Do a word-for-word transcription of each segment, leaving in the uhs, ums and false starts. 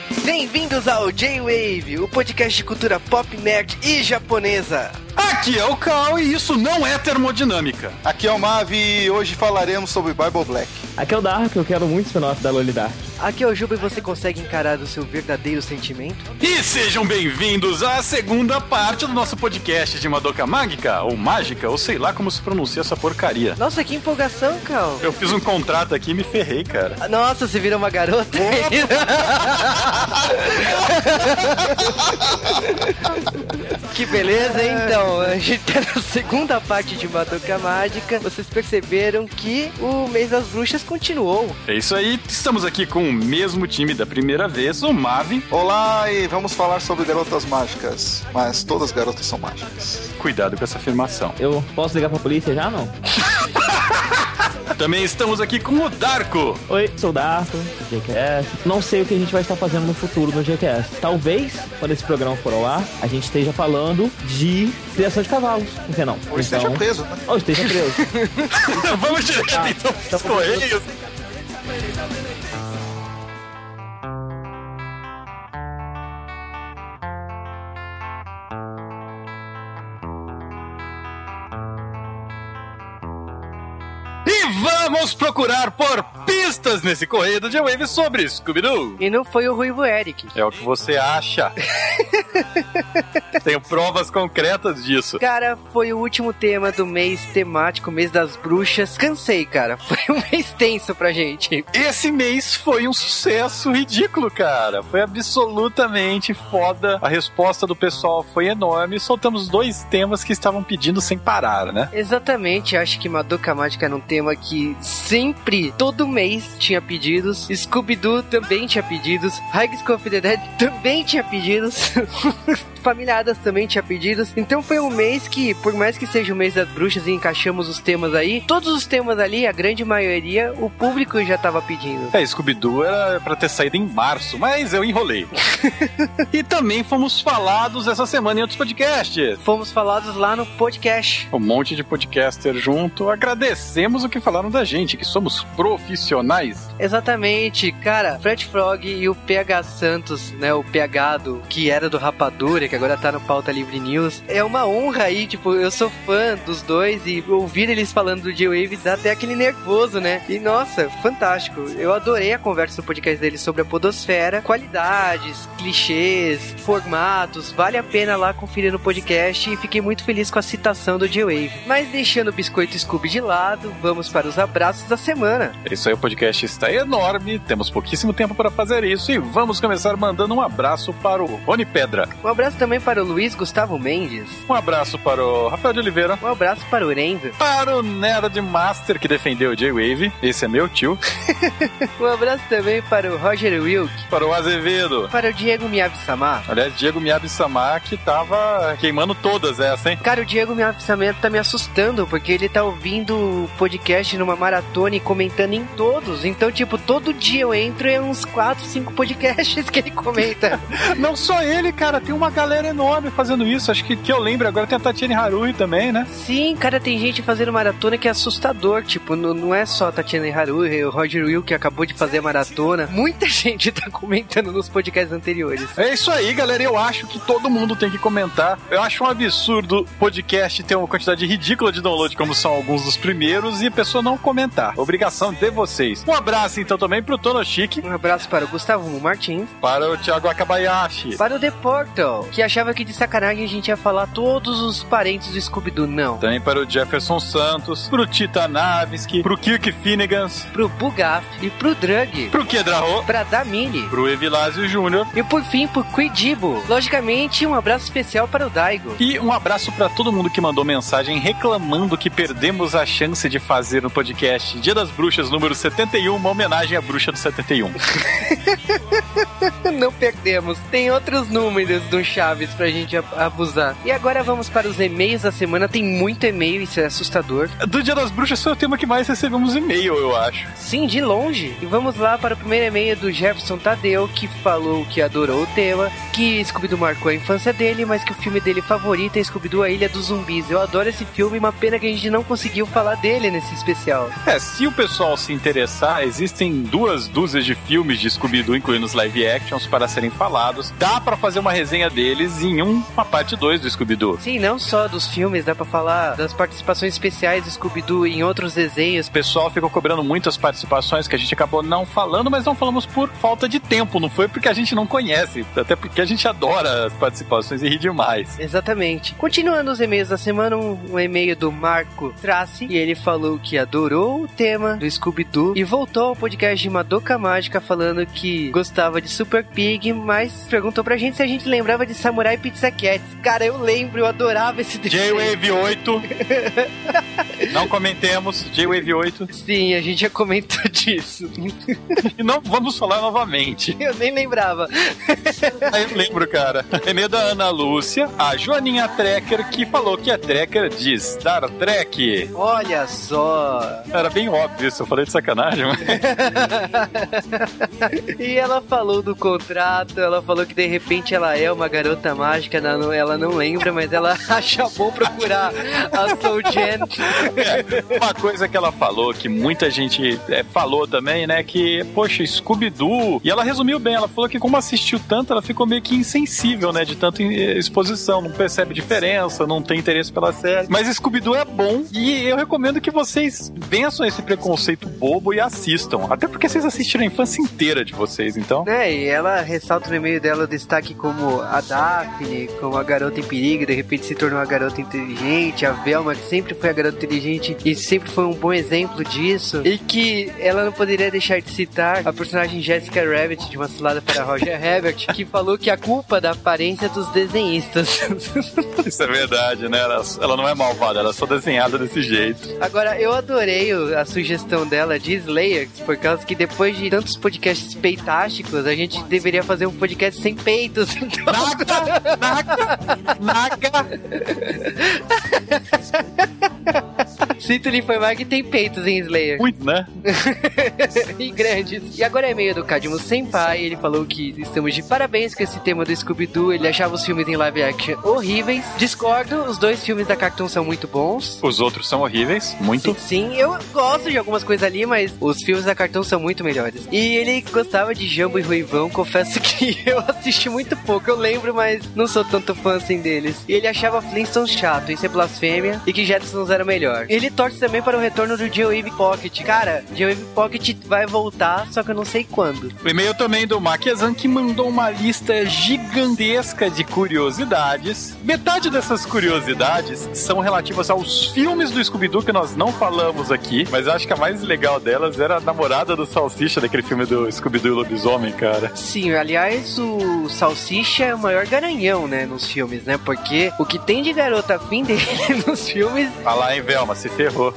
Bem-vindos ao J-Wave, o podcast de cultura pop, nerd e japonesa. Aqui é o Cal e isso não é termodinâmica. Aqui é o Mavi e hoje falaremos sobre Bible Black. Aqui é o Dark, eu quero muito spin-off da Loli Dark. Aqui é o Juba e você consegue encarar o seu verdadeiro sentimento? E sejam bem-vindos à segunda parte do nosso podcast de Madoka Mágica, ou Mágica, ou sei lá como se pronuncia essa porcaria. Nossa, que empolgação, Cal. Eu fiz um contrato aqui e me ferrei, cara. Nossa, você vira uma garota? Que beleza, hein? Então, a gente tá na segunda parte de Madoka Mágica. Vocês perceberam que o mês das bruxas continuou. É isso aí, estamos aqui com o mesmo time da primeira vez, o Mavi. Olá, e vamos falar sobre garotas mágicas. Mas todas as garotas são mágicas. Cuidado com essa afirmação. Eu posso ligar pra polícia já, não? Também estamos aqui com o Darko. Oi, sou o Darko, do J Q S. Não sei o que a gente vai estar fazendo no futuro no J Q S. Talvez, quando esse programa for ao ar, a gente esteja falando de criação de cavalos. Por que não? Ou então... esteja preso, né? Ou esteja preso. Vamos direto ah, então pros Correios. Vamos procurar por pistas nesse correio do J-Wave sobre Scooby-Doo. E não foi o Ruivo Eric. É o que você acha. Tenho provas concretas disso. Cara, foi o último tema do mês temático, mês das bruxas. Cansei, cara. Foi um mês tenso pra gente. Esse mês foi um sucesso ridículo, cara. Foi absolutamente foda. A resposta do pessoal foi enorme. Soltamos dois temas que estavam pedindo sem parar, né? Exatamente. Acho que Madoka Mágica era um tema que sempre, todo mês, tinha pedidos. Scooby-Doo também tinha pedidos. High School of the Dead também tinha pedidos. Familiadas também tinha pedidos. Então foi um mês que, por mais que seja o mês das bruxas e encaixamos os temas aí, todos os temas ali, a grande maioria, o público já tava pedindo. É, Scooby-Doo era pra ter saído em março, mas eu enrolei. E também fomos falados essa semana em outros podcasts. Fomos falados lá no podcast. Um monte de podcaster junto. Agradecemos o que falaram da gente, que somos profissionais. Exatamente, cara. Fred Frog e o P H Santos, né, o P H do, que era do Rapadura, que agora tá no Pauta Livre News. É uma honra aí, tipo, eu sou fã dos dois e ouvir eles falando do J-Wave dá até aquele nervoso, né? E nossa, fantástico. Eu adorei a conversa no podcast deles sobre a podosfera, qualidades, clichês, formatos. Vale a pena lá conferir no podcast e fiquei muito feliz com a citação do J-Wave. Mas deixando o Biscoito Scooby de lado, vamos para os abraços da semana. É isso aí, o podcast está enorme, temos pouquíssimo tempo para fazer isso e vamos começar mandando um abraço para o Rony Pedra. Um abraço também para o Luiz Gustavo Mendes. Um abraço para o Rafael de Oliveira. Um abraço para o Renzo. Para o Nerd Master que defendeu o J-Wave. Esse é meu tio. Um abraço também para o Roger Wilk. Para o Azevedo. Para o Diego Miyabi-sama. Aliás, Diego Miyabi-sama que tava queimando todas essa, hein? Cara, o Diego Miyabi-sama tá me assustando porque ele tá ouvindo o podcast numa maratona e comentando em todos. Então, tipo, todo dia eu entro em uns quatro, cinco podcasts que ele comenta. Não só ele, cara. Tem uma galera enorme fazendo isso. Acho que, que eu lembro agora tem a Tatiane Harui também, né? Sim, cara, tem gente fazendo maratona que é assustador. Tipo, não, não é só a Tatiane Harui, o Roger Will que acabou de fazer a maratona. Muita gente tá comentando nos podcasts anteriores. É isso aí, galera. Eu acho que todo mundo tem que comentar. Eu acho um absurdo podcast ter uma quantidade ridícula de download, como são alguns dos primeiros, e a pessoa não comentar. Obrigação de vocês. Um abraço, então, também pro Tonoshiki. Um abraço para o Gustavo Martins. Para o Thiago Akabayashi. Para o The Portal, que achava que de sacanagem a gente ia falar todos os parentes do Scooby-Doo. Não. Também para o Jefferson Santos, pro Tita Navisky, pro Kirk Finnegans, pro Bugaf e pro Drug, pro Kedraho, pra Damini, pro Evilásio Júnior e por fim pro Quidibo. Logicamente, um abraço especial para o Daigo. E um abraço para todo mundo que mandou mensagem reclamando que perdemos a chance de fazer no podcast Dia das Bruxas número setenta e um, uma homenagem à bruxa do setenta e um. Não perdemos. Tem outros números do chá graves pra gente abusar. E agora vamos para os e-mails da semana. Tem muito e-mail, isso é assustador. Do Dia das Bruxas foi o tema que mais recebemos e-mail, eu acho. Sim, de longe. E vamos lá para o primeiro e-mail do Jefferson Tadeu, que falou que adorou o tema, que Scooby-Doo marcou a infância dele, mas que o filme dele favorito é Scooby-Doo, A Ilha dos Zumbis. Eu adoro esse filme, uma pena que a gente não conseguiu falar dele nesse especial. É, se o pessoal se interessar, existem duas dúzias de filmes de Scooby-Doo, incluindo os live actions, para serem falados. Dá pra fazer uma resenha deles em um, uma parte dois do Scooby-Doo. Sim, não só dos filmes, dá pra falar das participações especiais do Scooby-Doo em outros desenhos. O pessoal ficou cobrando muitas participações que a gente acabou não falando, mas não falamos por falta de tempo, não foi porque a gente não conhece, até porque a gente adora as participações e ri demais. Exatamente. Continuando os e-mails da semana, um, um e-mail do Marco Traci, e ele falou que adorou o tema do Scooby-Doo e voltou ao podcast de Madoka Mágica falando que gostava de Super Pig, mas perguntou pra gente se a gente lembrava de Samurai Pizza Cats. Cara, eu lembro, eu adorava esse desenho. J-Wave oito. Não comentemos, J-Wave oito. Sim, a gente já comentou disso. E não vamos falar novamente. Eu nem lembrava. Aí eu lembro, cara. E-mail da Ana Lúcia, a Joaninha Trekker, que falou que é Trekker de Star Trek. Olha só. Era bem óbvio isso, eu falei de sacanagem, mas... E ela falou do contrato, ela falou que de repente ela é uma garota mágica, ela não, ela não lembra, mas ela acha bom procurar a Soul Jen. É, uma coisa que ela falou, que muita gente é, falou também, né, que, poxa, Scooby-Doo, e ela resumiu bem, ela falou que como assistiu tanto, ela ficou meio que insensível, né, de tanta exposição, não percebe diferença, não tem interesse pela série, mas Scooby-Doo é bom, e eu recomendo que vocês vençam esse preconceito bobo e assistam, até porque vocês assistiram a infância inteira de vocês, então... É, e ela ressalta no e-mail dela o destaque como a Daphne, como a garota em perigo, de repente se tornou uma garota inteligente, a Velma, que sempre foi a garota inteligente e sempre foi um bom exemplo disso, e que ela não poderia deixar de citar a personagem Jessica Rabbit, de Uma Cilada para Roger Ebert, que falou que a culpa da aparência dos desenhistas. Isso é verdade, né? Ela, ela não é malvada, ela é só desenhada desse jeito. Agora, eu adorei a sugestão dela de Slayers, por causa que depois de tantos podcasts peitásticos, a gente deveria fazer um podcast sem peitos. Então... Naga! Naga! Naga! Sinto lhe informar que tem peitos em Slayer. Muito, né? E grandes. E agora é e-mail do Cadmo Senpai. Ele falou que estamos de parabéns com esse tema do Scooby-Doo. Ele achava os filmes em live action horríveis. Discordo, os dois filmes da Cartoon são muito bons. Os outros são horríveis, muito. Sim, sim, eu gosto de algumas coisas ali, mas os filmes da Cartoon são muito melhores. E ele gostava de Jambo e Ruivão. Confesso que eu assisti muito pouco. Eu lembro, mas não sou tanto fã assim deles. E ele achava Flintstones chato, isso é blasfêmia, e que Jetsons era melhor. Ele torce também para o retorno do J-Wave Pocket. Cara, J-Wave Pocket vai voltar, só que eu não sei quando. O e-mail também do Maquiazan, que mandou uma lista gigantesca de curiosidades. Metade dessas curiosidades são relativas aos filmes do Scooby-Doo que nós não falamos aqui, mas eu acho que a mais legal delas era a namorada do Salsicha, daquele filme do Scooby-Doo Lobisomem, cara. Sim, aliás, o Salsicha é o maior garanhão, né, nos filmes, né, porque o que tem de garota afim dele nos filmes... Ah lá, hein, Velma, se ferrou.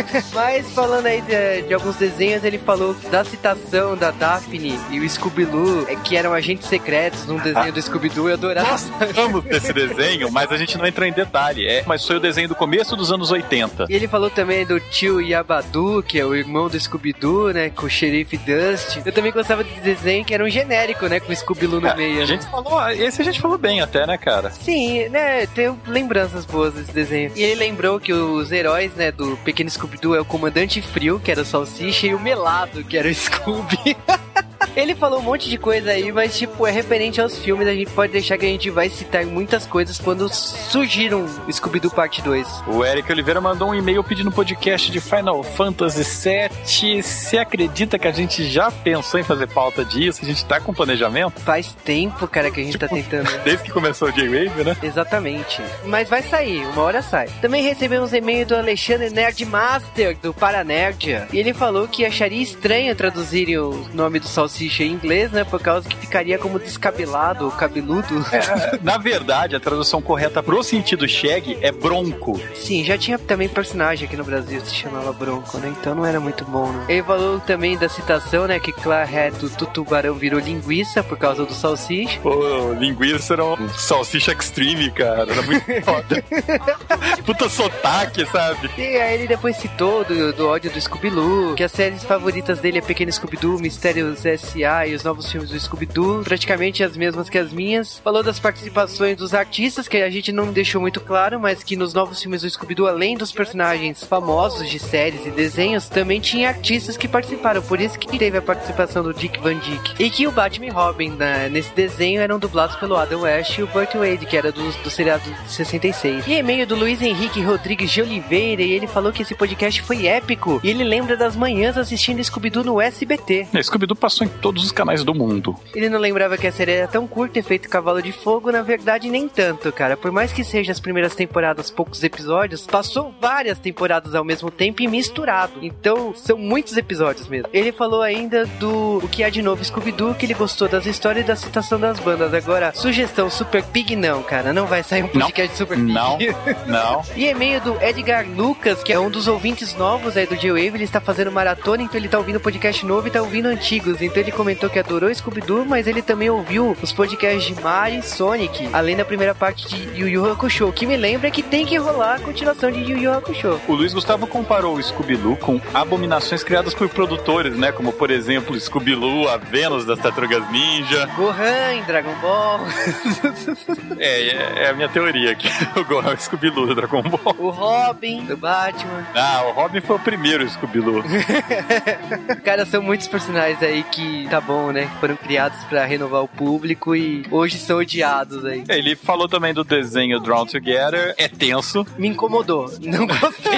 Mas falando aí de, de alguns desenhos, ele falou da citação da Daphne e o Scooby-Doo, é, que eram agentes secretos num desenho ah. do Scooby-Doo, eu adorava. Nós amamos desse desenho, mas a gente não entrou em detalhe. É, mas foi o desenho do começo dos anos oitenta. E ele falou também do tio Yabadu, que é o irmão do Scooby-Doo, né, com o xerife Dust. Eu também gostava de desenho que era um genérico, né, com o Scooby-Doo no é, meio. A gente falou, esse a gente falou bem até, né, cara? Sim, né, tenho lembranças boas desse desenho. E ele lembrou que os heróis, né, do Pequeno Scooby-Doo é o Comandante Frio, que era o Salsicha, e o Melado, que era o Scooby. Ele falou um monte de coisa aí, mas tipo, é referente aos filmes, a gente pode deixar que a gente vai citar muitas coisas quando surgiram Scooby-Doo Parte dois. O Eric Oliveira mandou um e-mail pedindo um podcast de Final Fantasy sete. Você acredita que a gente já pensou em fazer pauta disso? A gente tá com planejamento? Faz tempo, cara, que a gente tipo, tá tentando. Desde que começou o J-Wave, né? Exatamente. Mas vai sair, uma hora sai. Também recebemos um e-mail do Alexandre Nerdmaster, do Paranerdia. E ele falou que acharia estranho traduzirem o nome do Salsicha salsicha em inglês, né? Por causa que ficaria como descabelado, cabeludo. É, na verdade, a tradução correta pro sentido Shaggy é bronco. Sim, já tinha também personagem aqui no Brasil que se chamava Bronco, né? Então não era muito bom, né? Ele falou também da citação, né? Que Clarret do Tutubarão virou linguiça por causa do salsicha. Pô, linguiça era um salsicha extreme, cara. Era muito foda. Puta sotaque, sabe? E aí ele depois citou do, do ódio do Scooby-Doo, que as séries favoritas dele é Pequeno Scooby-Doo, Mistérios S A e os novos filmes do Scooby-Doo, praticamente as mesmas que as minhas. Falou das participações dos artistas, que a gente não deixou muito claro, mas que nos novos filmes do Scooby-Doo, além dos personagens famosos de séries e desenhos, também tinha artistas que participaram, por isso que teve a participação do Dick Van Dyke. E que o Batman e Robin, né, nesse desenho, eram dublados pelo Adam West e o Burt Wade, que era do, do seriado de sessenta e seis. E e-mail do Luiz Henrique Rodrigues de Oliveira, e ele falou que esse podcast foi épico, e ele lembra das manhãs assistindo Scooby-Doo no S B T. É, Scooby-Doo passou em todos os canais do mundo. Ele não lembrava que a série era tão curta, efeito Cavalo de Fogo, na verdade nem tanto, cara. Por mais que seja as primeiras temporadas poucos episódios, passou várias temporadas ao mesmo tempo e misturado. Então, são muitos episódios mesmo. Ele falou ainda do o que há de novo Scooby-Doo, que ele gostou das histórias e da citação das bandas. Agora, sugestão Super Pig não, cara. Não vai sair um podcast de Super Pig. Não, não. E e-mail do Edgar Lucas, que é um dos ouvintes novos aí do J-Wave. Ele está fazendo maratona, então ele tá ouvindo podcast novo e tá ouvindo antigos. Então ele comentou que adorou Scooby-Doo, mas ele também ouviu os podcasts de Mario e Sonic, além da primeira parte de Yu Yu Hakusho, que me lembra que tem que rolar a continuação de Yu Yu Hakusho. O Luiz Gustavo comparou o Scooby-Doo com abominações criadas por produtores, né? Como, por exemplo, Scooby-Doo, a Vênus das Tartarugas Ninja. Gohan em Dragon Ball. é, é, é a minha teoria aqui. O Gohan é o Scooby-Doo do Dragon Ball. O Robin do Batman. Ah, o Robin foi o primeiro Scooby-Doo. Cara, são muitos personagens aí que, tá bom, né? Foram criados pra renovar o público e hoje são odiados aí. Ele falou também do desenho Drawn Together. É tenso. Me incomodou. Não gostei.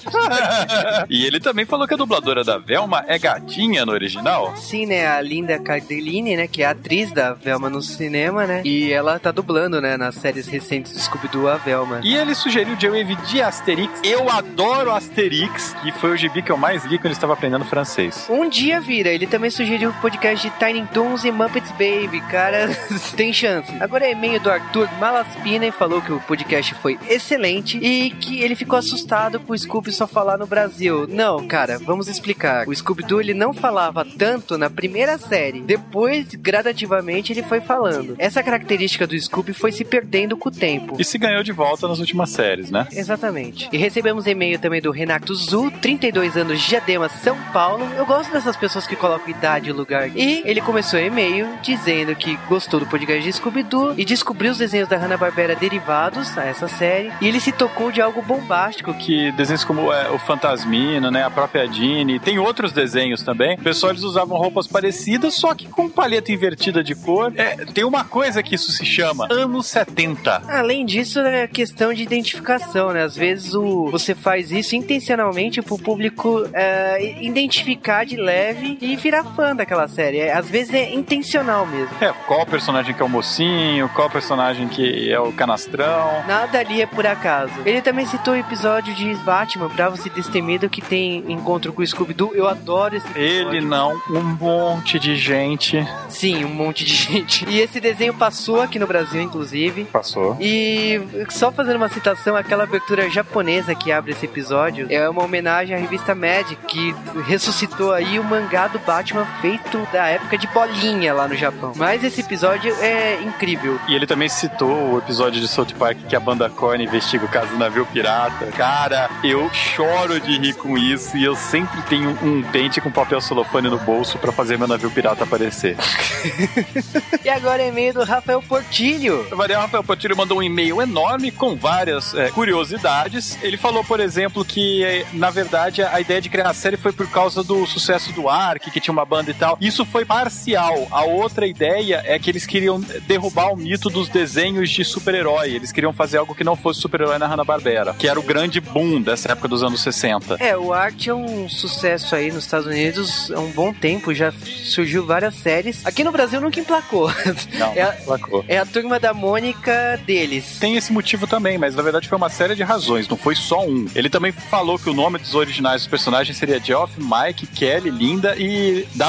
E ele também falou que a dubladora da Velma é gatinha no original. Sim, né? A Linda Cardellini, né? Que é a atriz da Velma no cinema, né? E ela tá dublando, né? Nas séries recentes do Scooby-Doo, a Velma. E ele sugeriu o J-Wave de Asterix. Eu adoro Asterix, que foi o gibi que eu mais li quando eu estava aprendendo francês. Um dia vira. Ele também sugeriu o podcast de Tiny Toons e Muppets Baby. Cara, tem chance. Agora é e-mail do Arthur Malaspina e falou que o podcast foi excelente e que ele ficou assustado com o Scooby só falar no Brasil. Não, cara, vamos explicar. O Scooby-Doo, ele não falava tanto na primeira série. Depois, gradativamente, ele foi falando. Essa característica do Scooby foi se perdendo com o tempo. E se ganhou de volta nas últimas séries, né? Exatamente. E recebemos e-mail também do Renato Zu, trinta e dois anos, Diadema, São Paulo. Eu gosto dessas pessoas que colocam idade e lugar. E ele começou o e-mail dizendo que gostou do podcast de Scooby-Doo e descobriu os desenhos da Hanna-Barbera derivados a essa série. E ele se tocou de algo bombástico. Que desenhos como é, o Fantasmino, né? A própria Jeannie. Tem outros desenhos também. O pessoal, eles usavam roupas parecidas, só que com paleta invertida de cor. É, tem uma coisa que isso se chama anos setenta. Além disso, é questão de identificação, né? Às vezes o, você faz isso intencionalmente pro público é, identificar de leve e virar fã daquela série. É, às vezes é intencional mesmo. É, qual personagem que é o mocinho, qual personagem que é o canastrão. Nada ali é por acaso. Ele também citou o episódio de Batman, Bravo e Destemido, que tem encontro com o Scooby-Doo. Eu adoro esse episódio. Ele não, um monte de gente. Sim, um monte de gente. E esse desenho passou aqui no Brasil, inclusive. Passou. E só fazendo uma citação, aquela abertura japonesa que abre esse episódio é uma homenagem à revista Magic, que ressuscitou aí o mangá do Batman feito da época de bolinha lá no Japão. Mas esse episódio é incrível. E ele também citou o episódio de South Park que a banda Korn investiga o caso do navio pirata. Cara, eu choro de rir com isso e eu sempre tenho um pente com papel celofane no bolso pra fazer meu navio pirata aparecer. E agora é e-mail do Rafael Portilho. O Rafael Portilho mandou um e-mail enorme com várias é, curiosidades. Ele falou, por exemplo, que na verdade a ideia de criar a série foi por causa do sucesso do Ark, que tinha uma banda e tal. Isso foi parcial. A outra ideia é que eles queriam derrubar o mito dos desenhos de super-herói. Eles queriam fazer algo que não fosse super-herói na Hanna-Barbera, que era o grande boom dessa época dos anos sessenta. É, o Ark é um sucesso aí nos Estados Unidos há um bom tempo, já surgiu várias séries. Aqui no Brasil nunca emplacou. Não, é, não emplacou. É a Turma da Mônica deles. Tem esse motivo também, mas na verdade foi uma série de razões, não foi só um. Ele também falou que o nome dos originais dos personagens seria Geoff, Mike, Kelly, Linda e W W,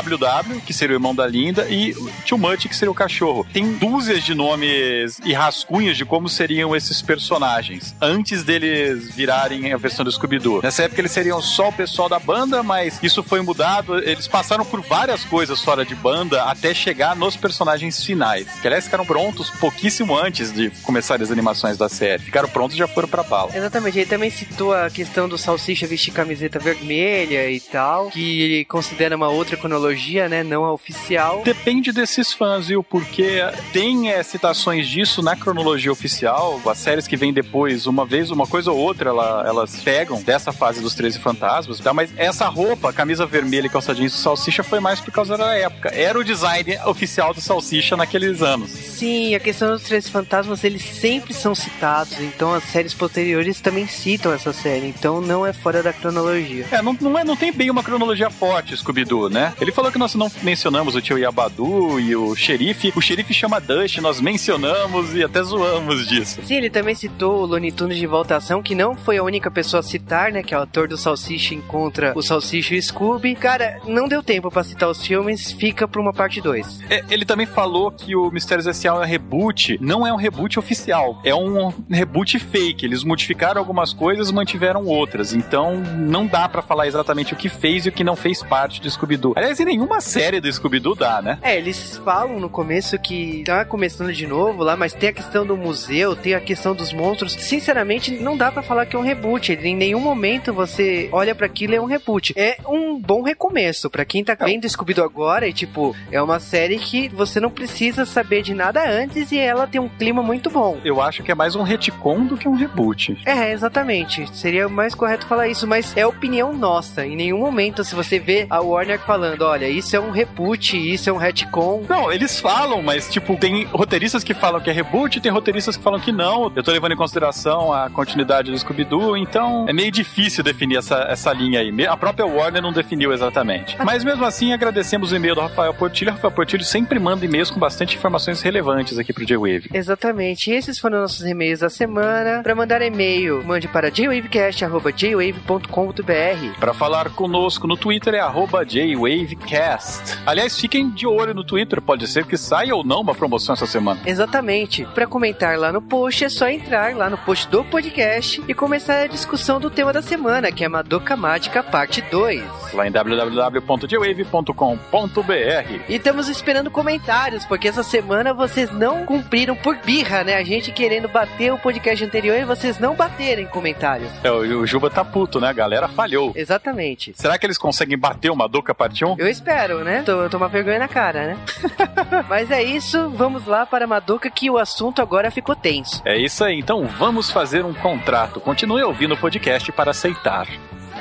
W, que seria o irmão da Linda, e Too Much, que seria o cachorro. Tem dúzias de nomes e rascunhos de como seriam esses personagens, antes deles virarem a versão do Scooby-Doo. Nessa época eles seriam só o pessoal da banda, mas isso foi mudado, eles passaram por várias coisas fora de banda até chegar nos personagens finais, que aliás ficaram prontos pouquíssimo antes de começar as animações da série. Ficaram prontos e já foram pra bala. Exatamente, ele também citou a questão do Salsicha vestir camiseta vermelha e tal, que ele considera uma outra cronologia, né, não a oficial. Depende desses fãs, viu, porque tem é, citações disso na cronologia oficial, as séries que vêm depois, uma vez, uma coisa ou outra, ela, elas pegam dessa fase dos treze Fantasmas, tá? Mas essa roupa, camisa vermelha e calçadinhos do Salsicha foi mais por causa da época. Era o design oficial do Salsicha naqueles anos. Sim, a questão dos treze Fantasmas, eles sempre são citados, então as séries posteriores também citam essa série, então não é fora da cronologia. É, não, não, é, não tem bem uma cronologia forte, Scooby-Doo, né? Ele falou que nós não mencionamos o tio Yabadu e o xerife. O xerife chama Dust, nós mencionamos e até zoamos disso. Sim, ele também citou o Looney Tunes de Voltação, que não foi a única pessoa a citar, né? Que é o ator do Salsicha encontra o Salsicha e o Scooby. Cara, não deu tempo pra citar os filmes, fica pra uma parte dois. É, ele também falou que o Mistérios S A é um reboot, não é um reboot oficial, é um reboot fake. Eles modificaram algumas coisas, mantiveram outras. Então, não dá pra falar exatamente o que fez e o que não fez parte do Scooby-Doo. Aliás, em nenhuma série do Scooby-Doo dá, né? É, eles falam no começo que tá começando de novo lá, mas tem a questão do museu, tem a questão dos monstros. Sinceramente, não dá pra falar que é um reboot. Em nenhum momento você olha pra aquilo e é um reboot. É um bom recomeço pra quem tá vendo Scooby-Doo agora e, tipo, é uma série que você não precisa saber de nada antes e ela tem um clima muito bom. Eu acho que é mais um retcon do que um reboot. É, exatamente. Seria mais correto falar isso, mas é opinião nossa. Em nenhum momento, se você vê a Warner falando, olha, isso é um reboot, isso é um retcon. Não, eles falam, mas, tipo, tem roteiristas que falam que é reboot, tem roteiristas que falam que não. Eu tô levando em consideração a continuidade do Scooby-Doo, então é meio difícil definir essa, essa linha aí. A própria Warner não definiu exatamente. Mas mesmo assim, agradecemos o e-mail do Rafael Portilho. Rafael Portilho sempre manda e-mails com bastante informações relevantes aqui pro J-Wave. Exatamente. E esses foram nossos e-mails da semana. Para mandar e-mail, mande para j wavecast arroba j wave ponto com ponto b r. Para falar conosco no Twitter é arroba j wavecast. Aliás, fiquem de olho no Twitter, pode ser que saia ou não uma promoção essa semana. Exatamente. Para comentar lá no post, é só entrar lá no post do podcast e começar a discussão do tema da semana, que é Madoka Mágica Parte dois. Lá em w w w ponto j wave ponto com ponto b r. E estamos esperando comentários, porque essa semana vocês não cumpriram por birra, né? A gente querendo bater o podcast anterior e vocês não bateram em comentários. É, o Juba tá puto, né? A galera falhou. Exatamente. Será que eles conseguem bater o Madoka Parte um? Eu espero, né? Tô, tô uma vergonha na cara, né? Mas é isso, vamos lá para Madoka, que o assunto agora ficou tenso. É isso aí, então vamos fazer um contrato. Continue ouvindo o podcast para aceitar.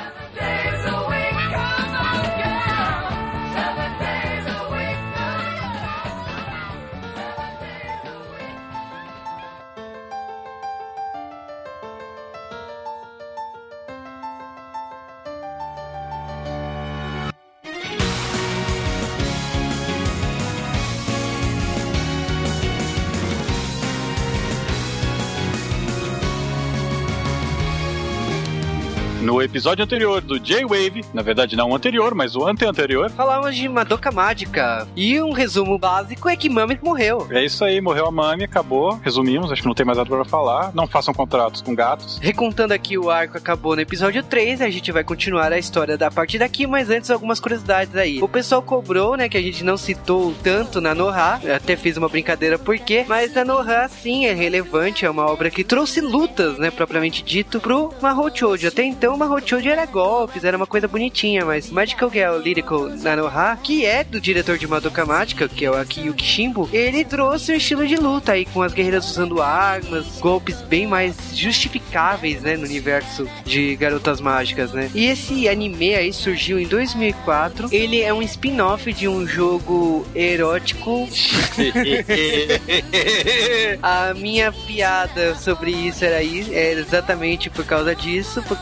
No episódio anterior do J-Wave, na verdade não o anterior, mas o ante-anterior, falávamos de Madoka Mágica. E um resumo básico é que Mami morreu. É isso aí, morreu a Mami, acabou. Resumimos, acho que não tem mais nada pra falar. Não façam contratos com gatos. Recontando aqui, o arco acabou no episódio três, a gente vai continuar a história da partir daqui, mas antes algumas curiosidades aí. O pessoal cobrou, né, que a gente não citou tanto na Noha, até fiz uma brincadeira por quê, mas a Noha sim é relevante, é uma obra que trouxe lutas, né, propriamente dito, pro Mahou Shoujo. Até então o Mahou Shoujo era golpes, era uma coisa bonitinha, mas Magical Girl Lyrical Nanoha, que é do diretor de Madoka Mágica, que é o Akio Kishimbo, ele trouxe um estilo de luta aí, com as guerreiras usando armas, golpes bem mais justificáveis, né, no universo de Garotas Mágicas, né. E esse anime aí surgiu em dois mil e quatro, ele é um spin-off de um jogo erótico. A minha piada sobre isso era, isso, era exatamente por causa disso, por causa que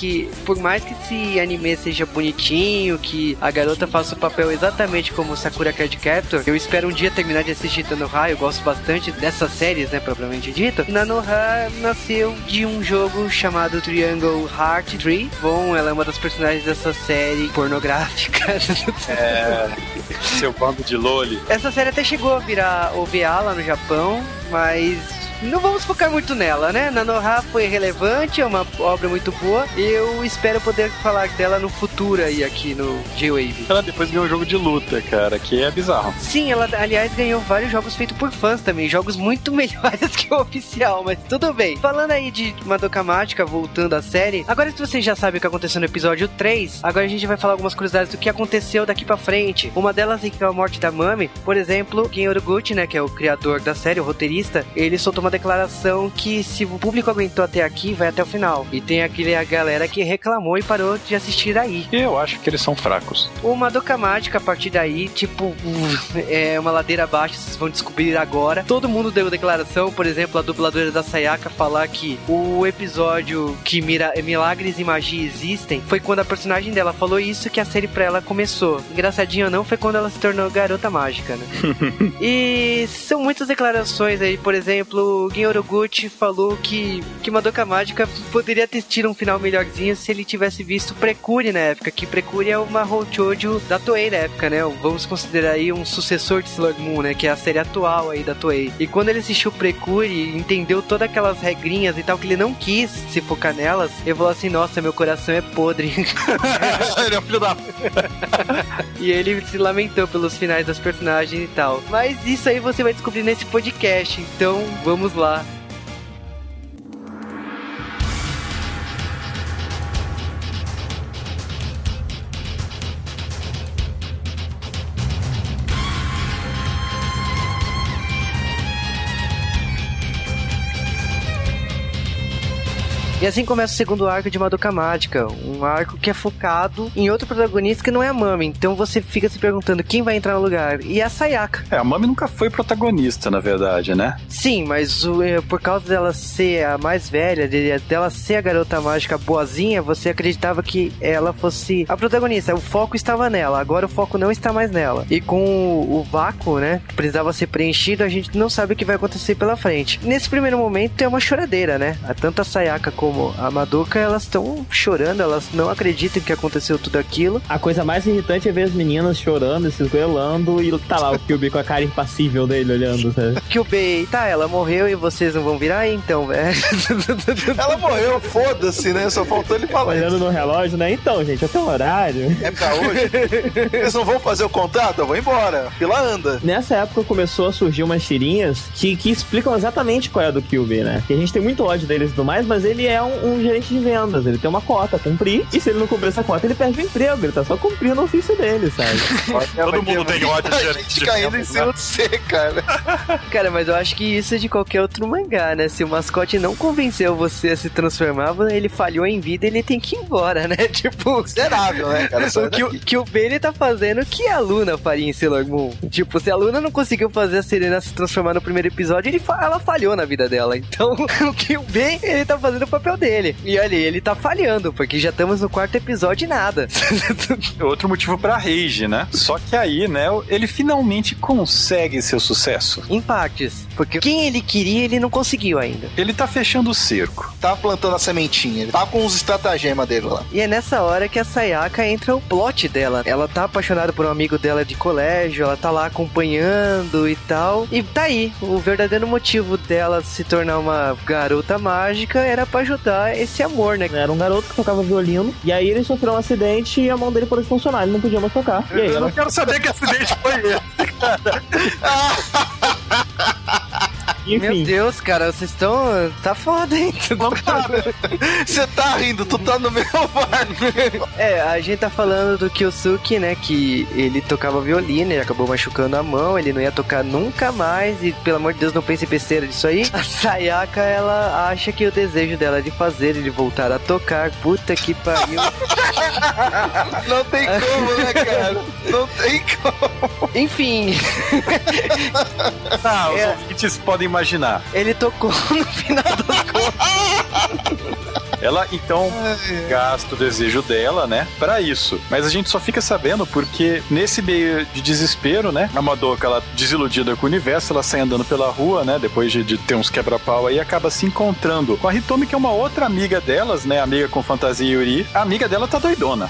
que, por mais que esse anime seja bonitinho, que a garota faça o papel exatamente como Sakura Card Captor, eu espero um dia terminar de assistir Nanoha. Eu gosto bastante dessas séries, né, propriamente dita. Nanoha nasceu de um jogo chamado Triangle Heart Tree. Bom, ela é uma das personagens dessa série pornográfica. É, seu bando de loli. Essa série até chegou a virar O V A lá no Japão, mas não vamos focar muito nela, né? Nanoha foi relevante, é uma obra muito boa. Eu espero poder falar dela no futuro aí aqui no J-Wave. Ela depois ganhou um jogo de luta, cara, que é bizarro. Sim, ela, aliás, ganhou vários jogos feitos por fãs também. Jogos muito melhores que o oficial, mas tudo bem. Falando aí de Madoka Mágica, voltando à série, agora que você já sabe o que aconteceu no episódio três, agora a gente vai falar algumas curiosidades do que aconteceu daqui pra frente. Uma delas é que a morte da Mami, por exemplo, Gen Urobuchi, né, que é o criador da série, o roteirista, ele soltou uma declaração que se o público aguentou até aqui, vai até o final. E tem aquele a galera que reclamou e parou de assistir aí. Eu acho que eles são fracos. O Madoka Mágica, a partir daí, tipo, uh, é uma ladeira abaixo, vocês vão descobrir agora. Todo mundo deu declaração, por exemplo, a dubladora da Sayaka falar que o episódio que mira, Milagres e Magia existem foi quando a personagem dela falou isso que a série pra ela começou. Engraçadinho ou não, foi quando ela se tornou garota mágica, né? E são muitas declarações aí, por exemplo, Gen Urobuchi falou que, que Madoka Mágica poderia ter tido um final melhorzinho se ele tivesse visto Precure na época, que Precure é uma Houchoujo da Toei na época, né? Vamos considerar aí um sucessor de Sailor Moon, né? Que é a série atual aí da Toei. E quando ele assistiu Precure e entendeu todas aquelas regrinhas e tal, que ele não quis se focar nelas, ele falou assim, nossa, meu coração é podre. Ele é um filho da... E ele se lamentou pelos finais das personagens e tal. Mas isso aí você vai descobrir nesse podcast, então vamos lá. E assim começa o segundo arco de Madoka Mágica, um arco que é focado em outro protagonista que não é a Mami. Então você fica se perguntando quem vai entrar no lugar. E a Sayaka. É, a Mami nunca foi protagonista, na verdade, né? Sim, mas o, por causa dela ser a mais velha, de, dela ser a garota mágica boazinha, você acreditava que ela fosse a protagonista. O foco estava nela, agora o foco não está mais nela. E com o, o vácuo, né, que precisava ser preenchido, a gente não sabe o que vai acontecer pela frente. Nesse primeiro momento é uma choradeira, né? Tanto a Sayaka como a Madoka, elas estão chorando, elas não acreditam que aconteceu tudo aquilo. A coisa mais irritante é ver as meninas chorando, se esgoelando, e tá lá o Kyubey com a cara impassível dele olhando, sabe? Kyubey, tá, ela morreu e vocês não vão virar então, velho. Ela morreu, foda-se, né? Só faltou ele falar. Olhando no relógio, né? Então, gente, até o horário. É pra hoje? Eles não vão fazer o contrato? Eu vou embora. Fila anda. Nessa época começou a surgir umas tirinhas que, que explicam exatamente qual é a do Kyubey, né? Que a gente tem muito ódio deles e tudo mais, mas ele é um, um gerente de vendas, ele tem uma cota a cumprir, e se ele não cumprir essa cota, ele perde o emprego, ele tá só cumprindo o ofício dele, sabe? Todo mundo tem ódio de A gente caindo em cima de você, cara. Cara, mas eu acho que isso é de qualquer outro mangá, né? Se o mascote não convenceu você a se transformar, ele falhou em vida, ele tem que ir embora, né? Tipo, miserável, né, cara? O que, o que o Ben ele tá fazendo o que a Luna faria em Sailor Moon. Tipo, se a Luna não conseguiu fazer a Serena se transformar no primeiro episódio, ele fa- ela falhou na vida dela. Então, o que o Ben, ele tá fazendo o papel dele. E olha, ele tá falhando, porque já estamos no quarto episódio e nada. Outro motivo pra rage, né? Só que aí, né, ele finalmente consegue seu sucesso. Em partes. Porque quem ele queria, ele não conseguiu ainda. Ele tá fechando o cerco. Tá plantando a sementinha. Ele tá com os estratagemas dele lá. E é nessa hora que a Sayaka entra o plot dela. Ela tá apaixonada por um amigo dela de colégio, ela tá lá acompanhando e tal. E tá aí, o verdadeiro motivo dela se tornar uma garota mágica era pra ajudar esse amor, né? Era um garoto que tocava violino, e aí ele sofreu um acidente e a mão dele parou de funcionar, ele não podia mais tocar. E aí, Eu ela... não quero saber que acidente foi esse, cara. Enfim. Meu Deus, cara, vocês estão... Tá foda, hein? Você tá rindo, tu tá no meu barco. É, a gente tá falando do Kyosuke, né, que ele tocava violino, ele acabou machucando a mão, ele não ia tocar nunca mais, e pelo amor de Deus, não pense em besteira disso aí. A Sayaka, ela acha que o desejo dela de fazer ele voltar a tocar, puta que pariu. Não tem como, né, cara? Não tem como. Enfim. Ah, os É. ouvintes podem imaginar. Ele tocou no final das contas. Ela, então, gasta o desejo dela, né, pra isso. Mas a gente só fica sabendo porque nesse meio de desespero, né, a Madoka, ela desiludida com o universo, ela sai andando pela rua, né, depois de, de ter uns quebra-pau aí, acaba se encontrando com a Hitomi, que é uma outra amiga delas, né, amiga com fantasia Yuri. A amiga dela tá doidona.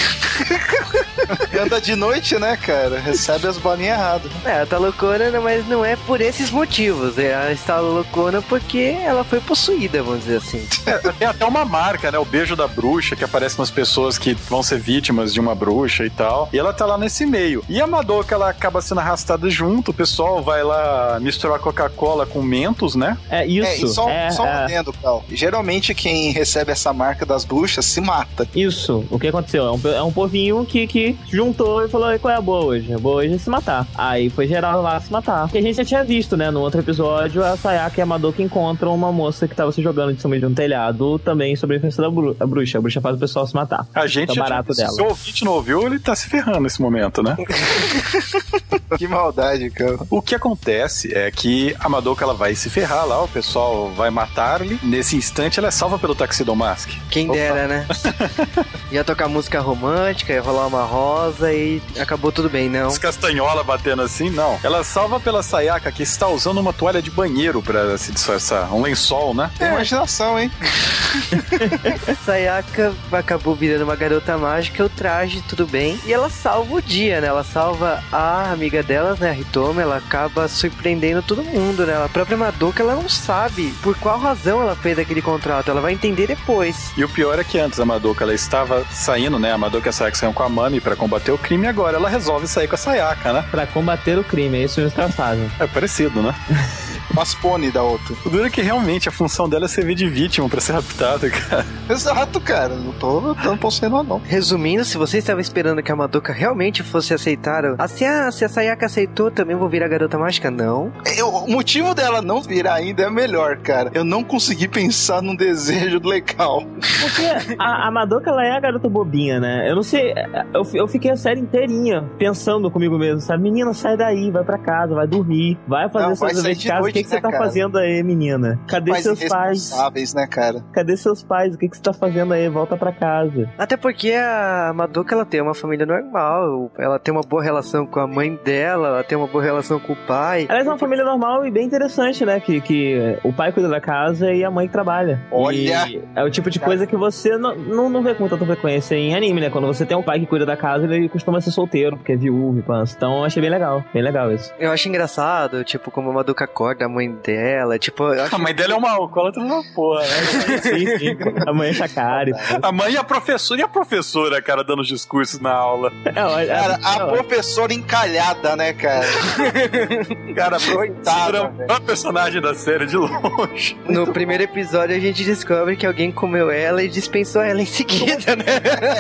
Anda de noite, né, cara? Recebe as bolinhas erradas. É, ela tá loucona, mas não é por esses motivos. Ela está loucona porque ela foi possuída, vamos dizer assim. É, tem até uma marca, né? O beijo da bruxa, que aparece nas pessoas que vão ser vítimas de uma bruxa e tal. E ela tá lá nesse meio. E a Madoka, ela acaba sendo arrastada junto. O pessoal vai lá misturar Coca-Cola com Mentos, né? É isso. É, e só, é, só um é. adendo, Cal. Geralmente quem recebe essa marca das bruxas se mata. Isso. O que aconteceu? É um, é um povinho que, que juntou e falou, qual é a boa hoje? A boa hoje é se matar. Aí foi geral lá se matar. Porque a gente já tinha visto, né? No outro episódio, a Sayaka e a Madoka encontram uma moça que tava se jogando de cima de um telhado, também sobre a influência da bru- a bruxa. A bruxa faz o pessoal se matar. A gente, é o barato se dela. o ouvinte não ouviu, ele tá se ferrando nesse momento, né? Que maldade, cara. O que acontece é que a Madoka, ela vai se ferrar lá, o pessoal vai matar-lhe. Nesse instante, ela é salva pelo Tuxedo Mask. Quem Opa. dera, né? Ia tocar música romântica, ia rolar uma rosa e acabou tudo bem, não. As castanholas batendo assim, não. Ela salva pela Sayaka, que está usando uma toalha de banheiro pra se disfarçar. Um lençol, né? Tem imaginação, hein? Sayaka acabou virando uma garota mágica, o traje, tudo bem. E ela salva o dia, né? Ela salva a amiga delas, né? A Hitomi, ela acaba surpreendendo todo mundo, né? A própria Madoka, ela não sabe por qual razão ela fez aquele contrato. Ela vai entender depois. E o pior é que antes a Madoka, ela estava saindo, né? A Madoka e a Sayaka saíram com a Mami pra combater o crime, e agora ela resolve sair com a Sayaka, né? Pra combater o crime, é isso que os caras fazem. É parecido, né? Paspone da outra. O duro é que realmente a função dela é servir de vítima pra ser raptada, cara. Exato, cara. Não tô dando pra você não, não. Resumindo, se você estava esperando que a Madoka realmente fosse aceitar, ah, se a, se a Sayaka aceitou, também vou virar garota mágica? Não. Eu, o motivo dela não virar ainda é melhor, cara. Eu não consegui pensar num desejo legal. Porque a, a Madoka, ela é a garota bobinha, né? Eu não sei, eu, eu fiquei a série inteirinha pensando comigo mesmo, sabe? Menina, sai daí, vai pra casa, vai dormir, vai fazer Não, suas vai sair deveres de de casa. noite, O que, que né, você tá cara? fazendo aí, menina? Cadê Pais seus pais? irresponsáveis, né, cara? Cadê seus pais? O que, que você tá fazendo aí? Volta pra casa. Até porque a Madoka, ela tem uma família normal, ela tem uma boa relação com a mãe dela, ela tem uma boa relação com o pai. Aliás, é uma família normal e bem interessante, né? Que, que o pai cuida da casa e a mãe que trabalha. Olha! E é o tipo de coisa que você não, não, não vê com tanta frequência em anime, né? Quando você tem um pai que cuida da casa, ele costuma ser solteiro, porque é viúvo e pança. Então eu achei bem legal, bem legal isso. Eu acho engraçado, tipo, como a Madoka acorda a mãe dela, tipo... Eu acho... A mãe dela é uma alcoólatra uma porra, né? Sim, sim. A mãe é chacari. A mãe e a professora, e a professora, cara, dando os discursos na aula. É, olha, Cara, a é, professora encalhada, né, cara? Cara, a professora é Coitada, uma personagem da série de longe. No primeiro episódio a gente descobre que alguém comeu ela e dispensou ela em seguida, né?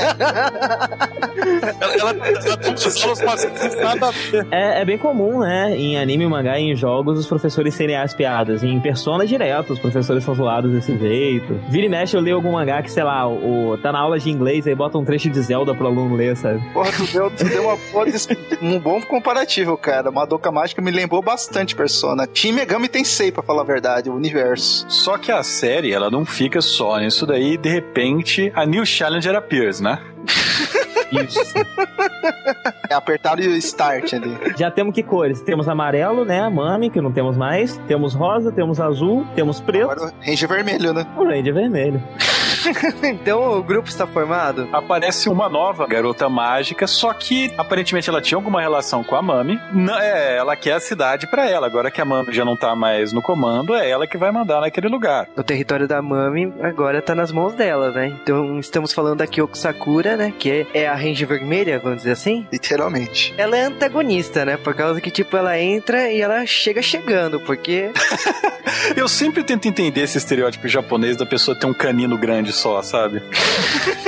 Ela, ela, ela tem pessoas fazendo nada a ver. É, é bem comum, né? Em anime, mangá e em jogos, os professores serem as piadas. Em Persona direto, os professores são zoados desse jeito. Vira e mexe, eu leio algum mangá que, sei lá, o, tá na aula de inglês, aí bota um trecho de Zelda pro aluno ler, sabe? Porra, tu deu, tu deu uma boa des- um bom comparativo, cara. Madoka Mágica me lembrou bastante Persona. Shin Megami Tensei, pra falar a verdade, o universo. Só que a série, ela não fica só nisso daí, de repente, a New Challenger appears, né? Isso. É, apertaram o start ali. Já temos que cores? Temos amarelo, né? A Mami, que não temos mais. Temos rosa, temos azul, temos preto. Agora o Ranger vermelho, né? O Ranger vermelho. Então o grupo está formado? Aparece uma nova garota mágica, só que aparentemente ela tinha alguma relação com a Mami. Não, é, ela quer a cidade pra ela. Agora que a Mami já não tá mais no comando, é ela que vai mandar naquele lugar. O território da Mami agora tá nas mãos dela, né? Então estamos falando da Kyoko Sakura, né? Que é a Ranger Vermelha, vamos dizer assim. Literalmente. Ela é antagonista, né? Por causa que, tipo, ela entra e ela chega chegando, porque... Eu sempre tento entender esse estereótipo japonês da pessoa ter um canino grande só, sabe?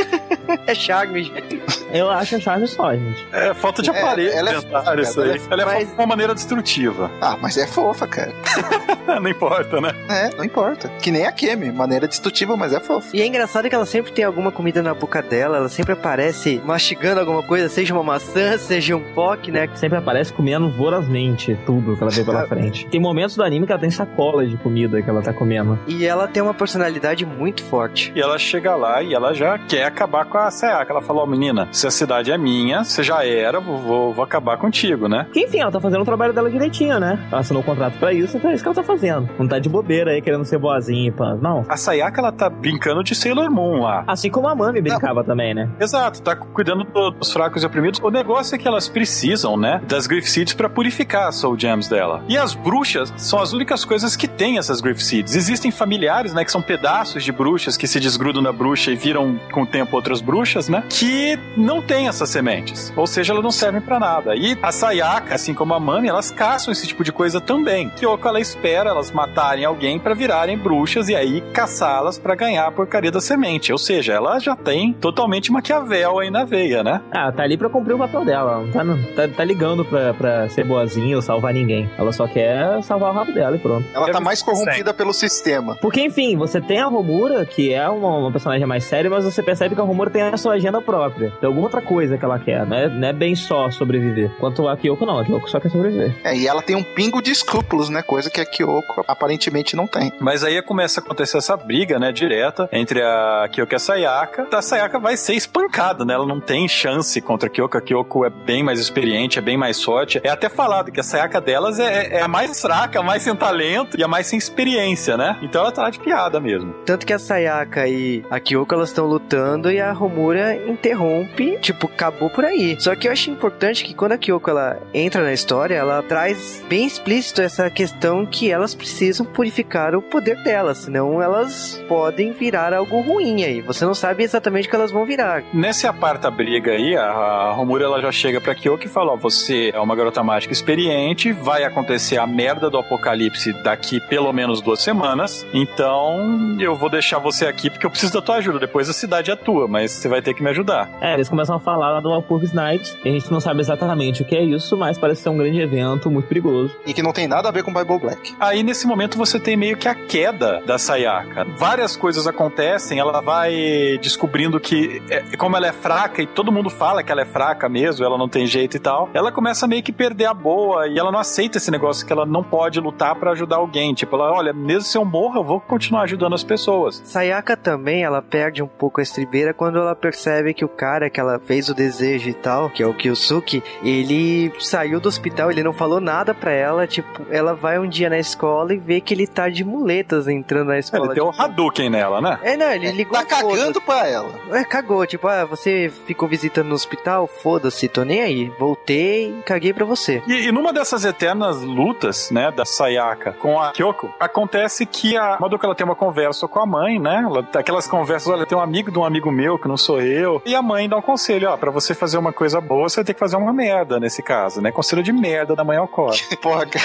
É charme, gente. Eu acho charme só, gente. É falta de aparelho. É, ela é dentário, fofa, isso cara, aí. ela Ela é mas- fofa de uma maneira destrutiva. Ah, mas é fofa, cara. Não importa, né? É, não importa. Que nem a Kemi, maneira destrutiva, mas é fofa. E é engraçado que ela sempre tem alguma comida na boca dela, ela sempre aparece mastigando alguma coisa, seja uma maçã, seja um pock, né? Sempre aparece comendo vorazmente tudo que ela vê pela frente. Tem momentos do anime que ela tem sacolas de comida que ela tá comendo. E ela tem uma personalidade muito forte. E ela chega lá e ela já quer acabar com a Sayaka. Ela fala, ó, oh, menina, se a cidade é minha, você já era, vou, vou, vou acabar contigo, né? Que enfim, ela tá fazendo o trabalho dela direitinho, né? Ela assinou o contrato pra isso, então é isso que ela tá fazendo. Não tá de bobeira aí querendo ser boazinha, pá. Não. A Sayaka, ela tá brincando de Sailor Moon lá. Assim como a Mami brincava também, né? Exato, tá cuidando dos fracos e oprimidos. O negócio é que elas precisam, né, das Griff Seeds pra purificar as Soul Gems dela. E as bruxas são as únicas coisas que têm essas Griff Seeds. Existem familiares, né, que são pedaços de bruxas que se desgrudam na bruxa e viram com o tempo outras bruxas, né, que não têm essas sementes. Ou seja, elas não servem pra nada. E a Sayaka, assim como a Mami, elas caçam esse tipo de coisa também. Kyoko, ela espera elas matarem alguém pra virarem bruxas e aí caçá-las pra ganhar a porcaria da semente. Ou seja, ela já tem totalmente Maquiavel aí na veia, né? Ah, tá ali pra cumprir o papel dela. Ela não tá, não, tá, tá ligando pra, pra ser boazinha ou salvar ninguém. Ela só quer salvar o rabo dela e pronto. Ela Quero tá mais corrompida sangue. pelo sistema. Porque, enfim, você tem a Homura, que é uma, uma personagem mais séria, mas você percebe que a Homura tem a sua agenda própria. Tem alguma outra coisa que ela quer, não é, não é bem só sobreviver. Quanto a Kyoko, não. A Kyoko só quer sobreviver. É, e ela tem um pingo de escrúpulos, né? Coisa que a Kyoko aparentemente não tem. Mas aí começa a acontecer essa briga, né, direta entre a Kyoko e a Sayaka. A Sayaka vai ser espancada, né? Ela não tem chance contra a Kyoko. A Kyoko é bem mais experiente, é bem mais forte. É até falado que a Sayaka delas é, é a mais fraca, a mais sem talento e a mais sem experiência, né? Então ela tá lá de piada mesmo. Tanto que a Sayaka e a Kyoko, elas estão lutando e a Homura interrompe, tipo, acabou por aí. Só que eu acho importante que quando a Kyoko, ela entra na história, ela traz bem explícito essa questão que elas precisam purificar o poder delas, senão elas podem virar algo ruim aí. Você não sabe exatamente o que elas vão virar. Nesse aparta briga aí, a Homura, ela já chega pra Kyoko e fala, ó, você é uma garota mágica experiente, vai acontecer a merda do apocalipse daqui pelo menos duas semanas, então eu vou deixar você aqui porque eu preciso da tua ajuda, depois a cidade é tua, mas você vai ter que me ajudar. É, eles começam a falar lá do Walpurgis Night, e a gente não sabe exatamente o que é isso, mas parece ser um grande evento, muito perigoso. E que não tem nada a ver com Bible Black. Aí nesse momento você tem meio que a queda da Sayaka. Várias coisas acontecem, ela vai descobrindo que, é, como ela é fraca e todo mundo fala que ela é fraca mesmo, ela não tem jeito e tal, ela começa a meio que perder a boa e ela não aceita esse negócio que ela não pode lutar pra ajudar alguém. Tipo, ela, olha, mesmo se eu morro, eu vou continuar ajudando as pessoas. Sayaka também, ela perde um pouco a estribeira quando ela percebe que o cara que ela fez o desejo e tal, que é o Kyosuke, ele saiu do hospital, ele não falou nada pra ela, tipo, ela vai um dia na escola e vê que ele tá de muletas entrando na escola. Ele deu tipo... um Hadouken nela, né? É, não, ele ligou. Tá cagando pra ela. É, cagou, tipo, ah, você ficou visitando no hospital? Foda-se, tô nem aí. Voltei e caguei pra você. E, e numa dessas eternas lutas, né, da Sayaka com a Kyoko, acontece que a Madoka, ela tem uma conversa com a mãe, né? Ela, aquelas conversas, olha, tem um amigo de um amigo meu que não sou eu. E a mãe dá um conselho, ó, pra você fazer uma coisa boa, você vai ter que fazer uma merda nesse caso, né? Conselho de merda da mãe ao colo. Porra, cara.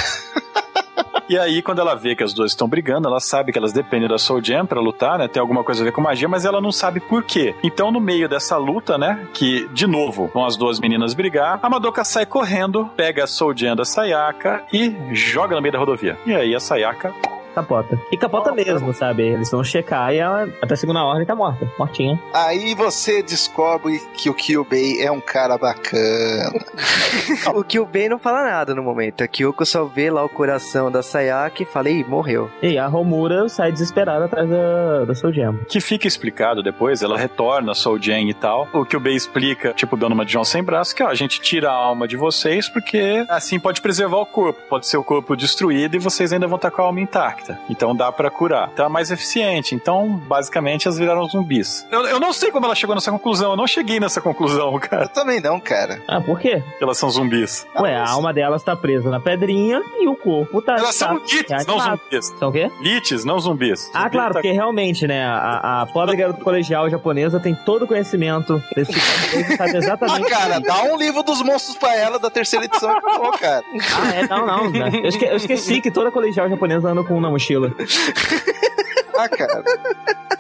E aí, quando ela vê que as duas estão brigando, ela sabe que elas dependem da Soul Gem pra lutar, né? Tem alguma coisa a ver com magia, mas ela não sabe por quê. Então, no meio dessa luta, né? Que, de novo, vão as duas meninas brigar, a Madoka sai correndo, pega a Soul Gem da Sayaka e joga no meio da rodovia. E aí, a Sayaka... Capota. E capota oh, mesmo, sabe? Eles vão checar e ela, até a segunda ordem, tá morta. Mortinha. Aí você descobre que o Kyubei é um cara bacana. O Kyubei não fala nada no momento. A Kyoko só vê lá o coração da Sayaka e fala, ih, morreu. E a Homura sai desesperada atrás da, da Soul Gem. Que fica explicado depois, ela retorna a Soul Gem e tal. O Kyubei explica, tipo, dando uma de João sem braço, que ó, a gente tira a alma de vocês porque assim pode preservar o corpo. Pode ser o corpo destruído e vocês ainda vão estar com a alma intacta. Então dá pra curar. Então é mais eficiente. Então, basicamente, elas viraram zumbis. Eu, eu não sei como ela chegou nessa conclusão. Eu não cheguei nessa conclusão, cara. Eu também não, cara. Ah, por quê? Elas são zumbis. Ué, a alma delas tá presa na pedrinha e o corpo tá... Elas tá, são lites, não zumbis. São o quê? Lites, não zumbis. Ah, Zumbi claro, tá... porque realmente, né, a, a pobre garota colegial japonesa tem todo o conhecimento desse tipo de coisa, sabe exatamente... Ah, cara, dá um livro dos monstros pra ela da terceira edição e acabou, cara. Ah, é? Não, não. Né? Eu, esque, eu esqueci que toda colegial japonesa anda com um na mochila. Ah, cara.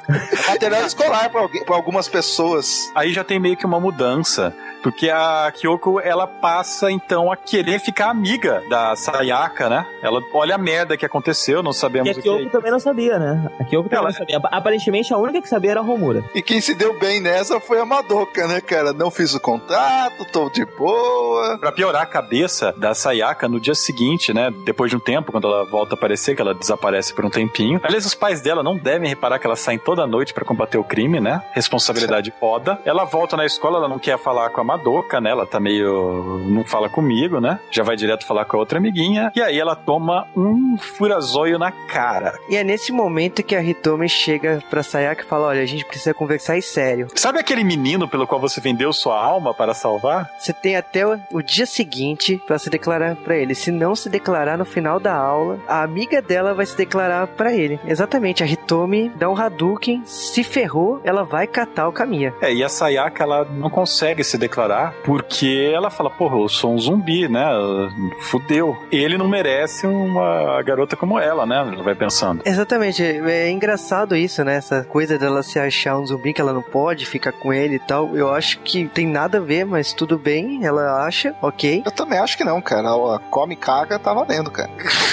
Material escolar pra, alguém, pra algumas pessoas. Aí já tem meio que uma mudança, porque a Kyoko, ela passa, então, a querer ficar amiga da Sayaka, né? Ela olha a merda que aconteceu, não sabemos o que é. E a Kyoko também não sabia, né? A Kyoko também ela... não sabia. Aparentemente, a única que sabia era a Homura. E quem se deu bem nessa foi a Madoka, né, cara? Não fiz o contrato, tô de boa. Pra piorar a cabeça da Sayaka, no dia seguinte, né? Depois de um tempo, quando ela volta a aparecer, que ela desaparece por um tempinho. Aliás, os pais dela não devem reparar que ela sai toda noite pra combater o crime, né? Responsabilidade foda. Ela volta na escola, ela não quer falar com a Madoka, né? Ela tá meio... não fala comigo, né? Já vai direto falar com a outra amiguinha. E aí ela toma um furazóio na cara. E é nesse momento que a Hitomi chega pra Sayaka e fala, olha, a gente precisa conversar em sério. Sabe aquele menino pelo qual você vendeu sua alma para salvar? Você tem até o, o dia seguinte pra se declarar pra ele. Se não se declarar no final da aula, a amiga dela vai se declarar pra ele. Exatamente, a Hitomi dá um Hadouken, se ferrou, ela vai catar o Kamiya. É, e a Sayaka, ela não consegue se declarar porque ela fala, porra, eu sou um zumbi, né? Fudeu. Ele não merece uma garota como ela, né? Ela vai pensando. Exatamente, é engraçado isso, né? Essa coisa dela se achar um zumbi, que ela não pode ficar com ele e tal. Eu acho que tem nada a ver, mas tudo bem, ela acha, ok. Eu também acho que não, cara. A come caga tá valendo, cara.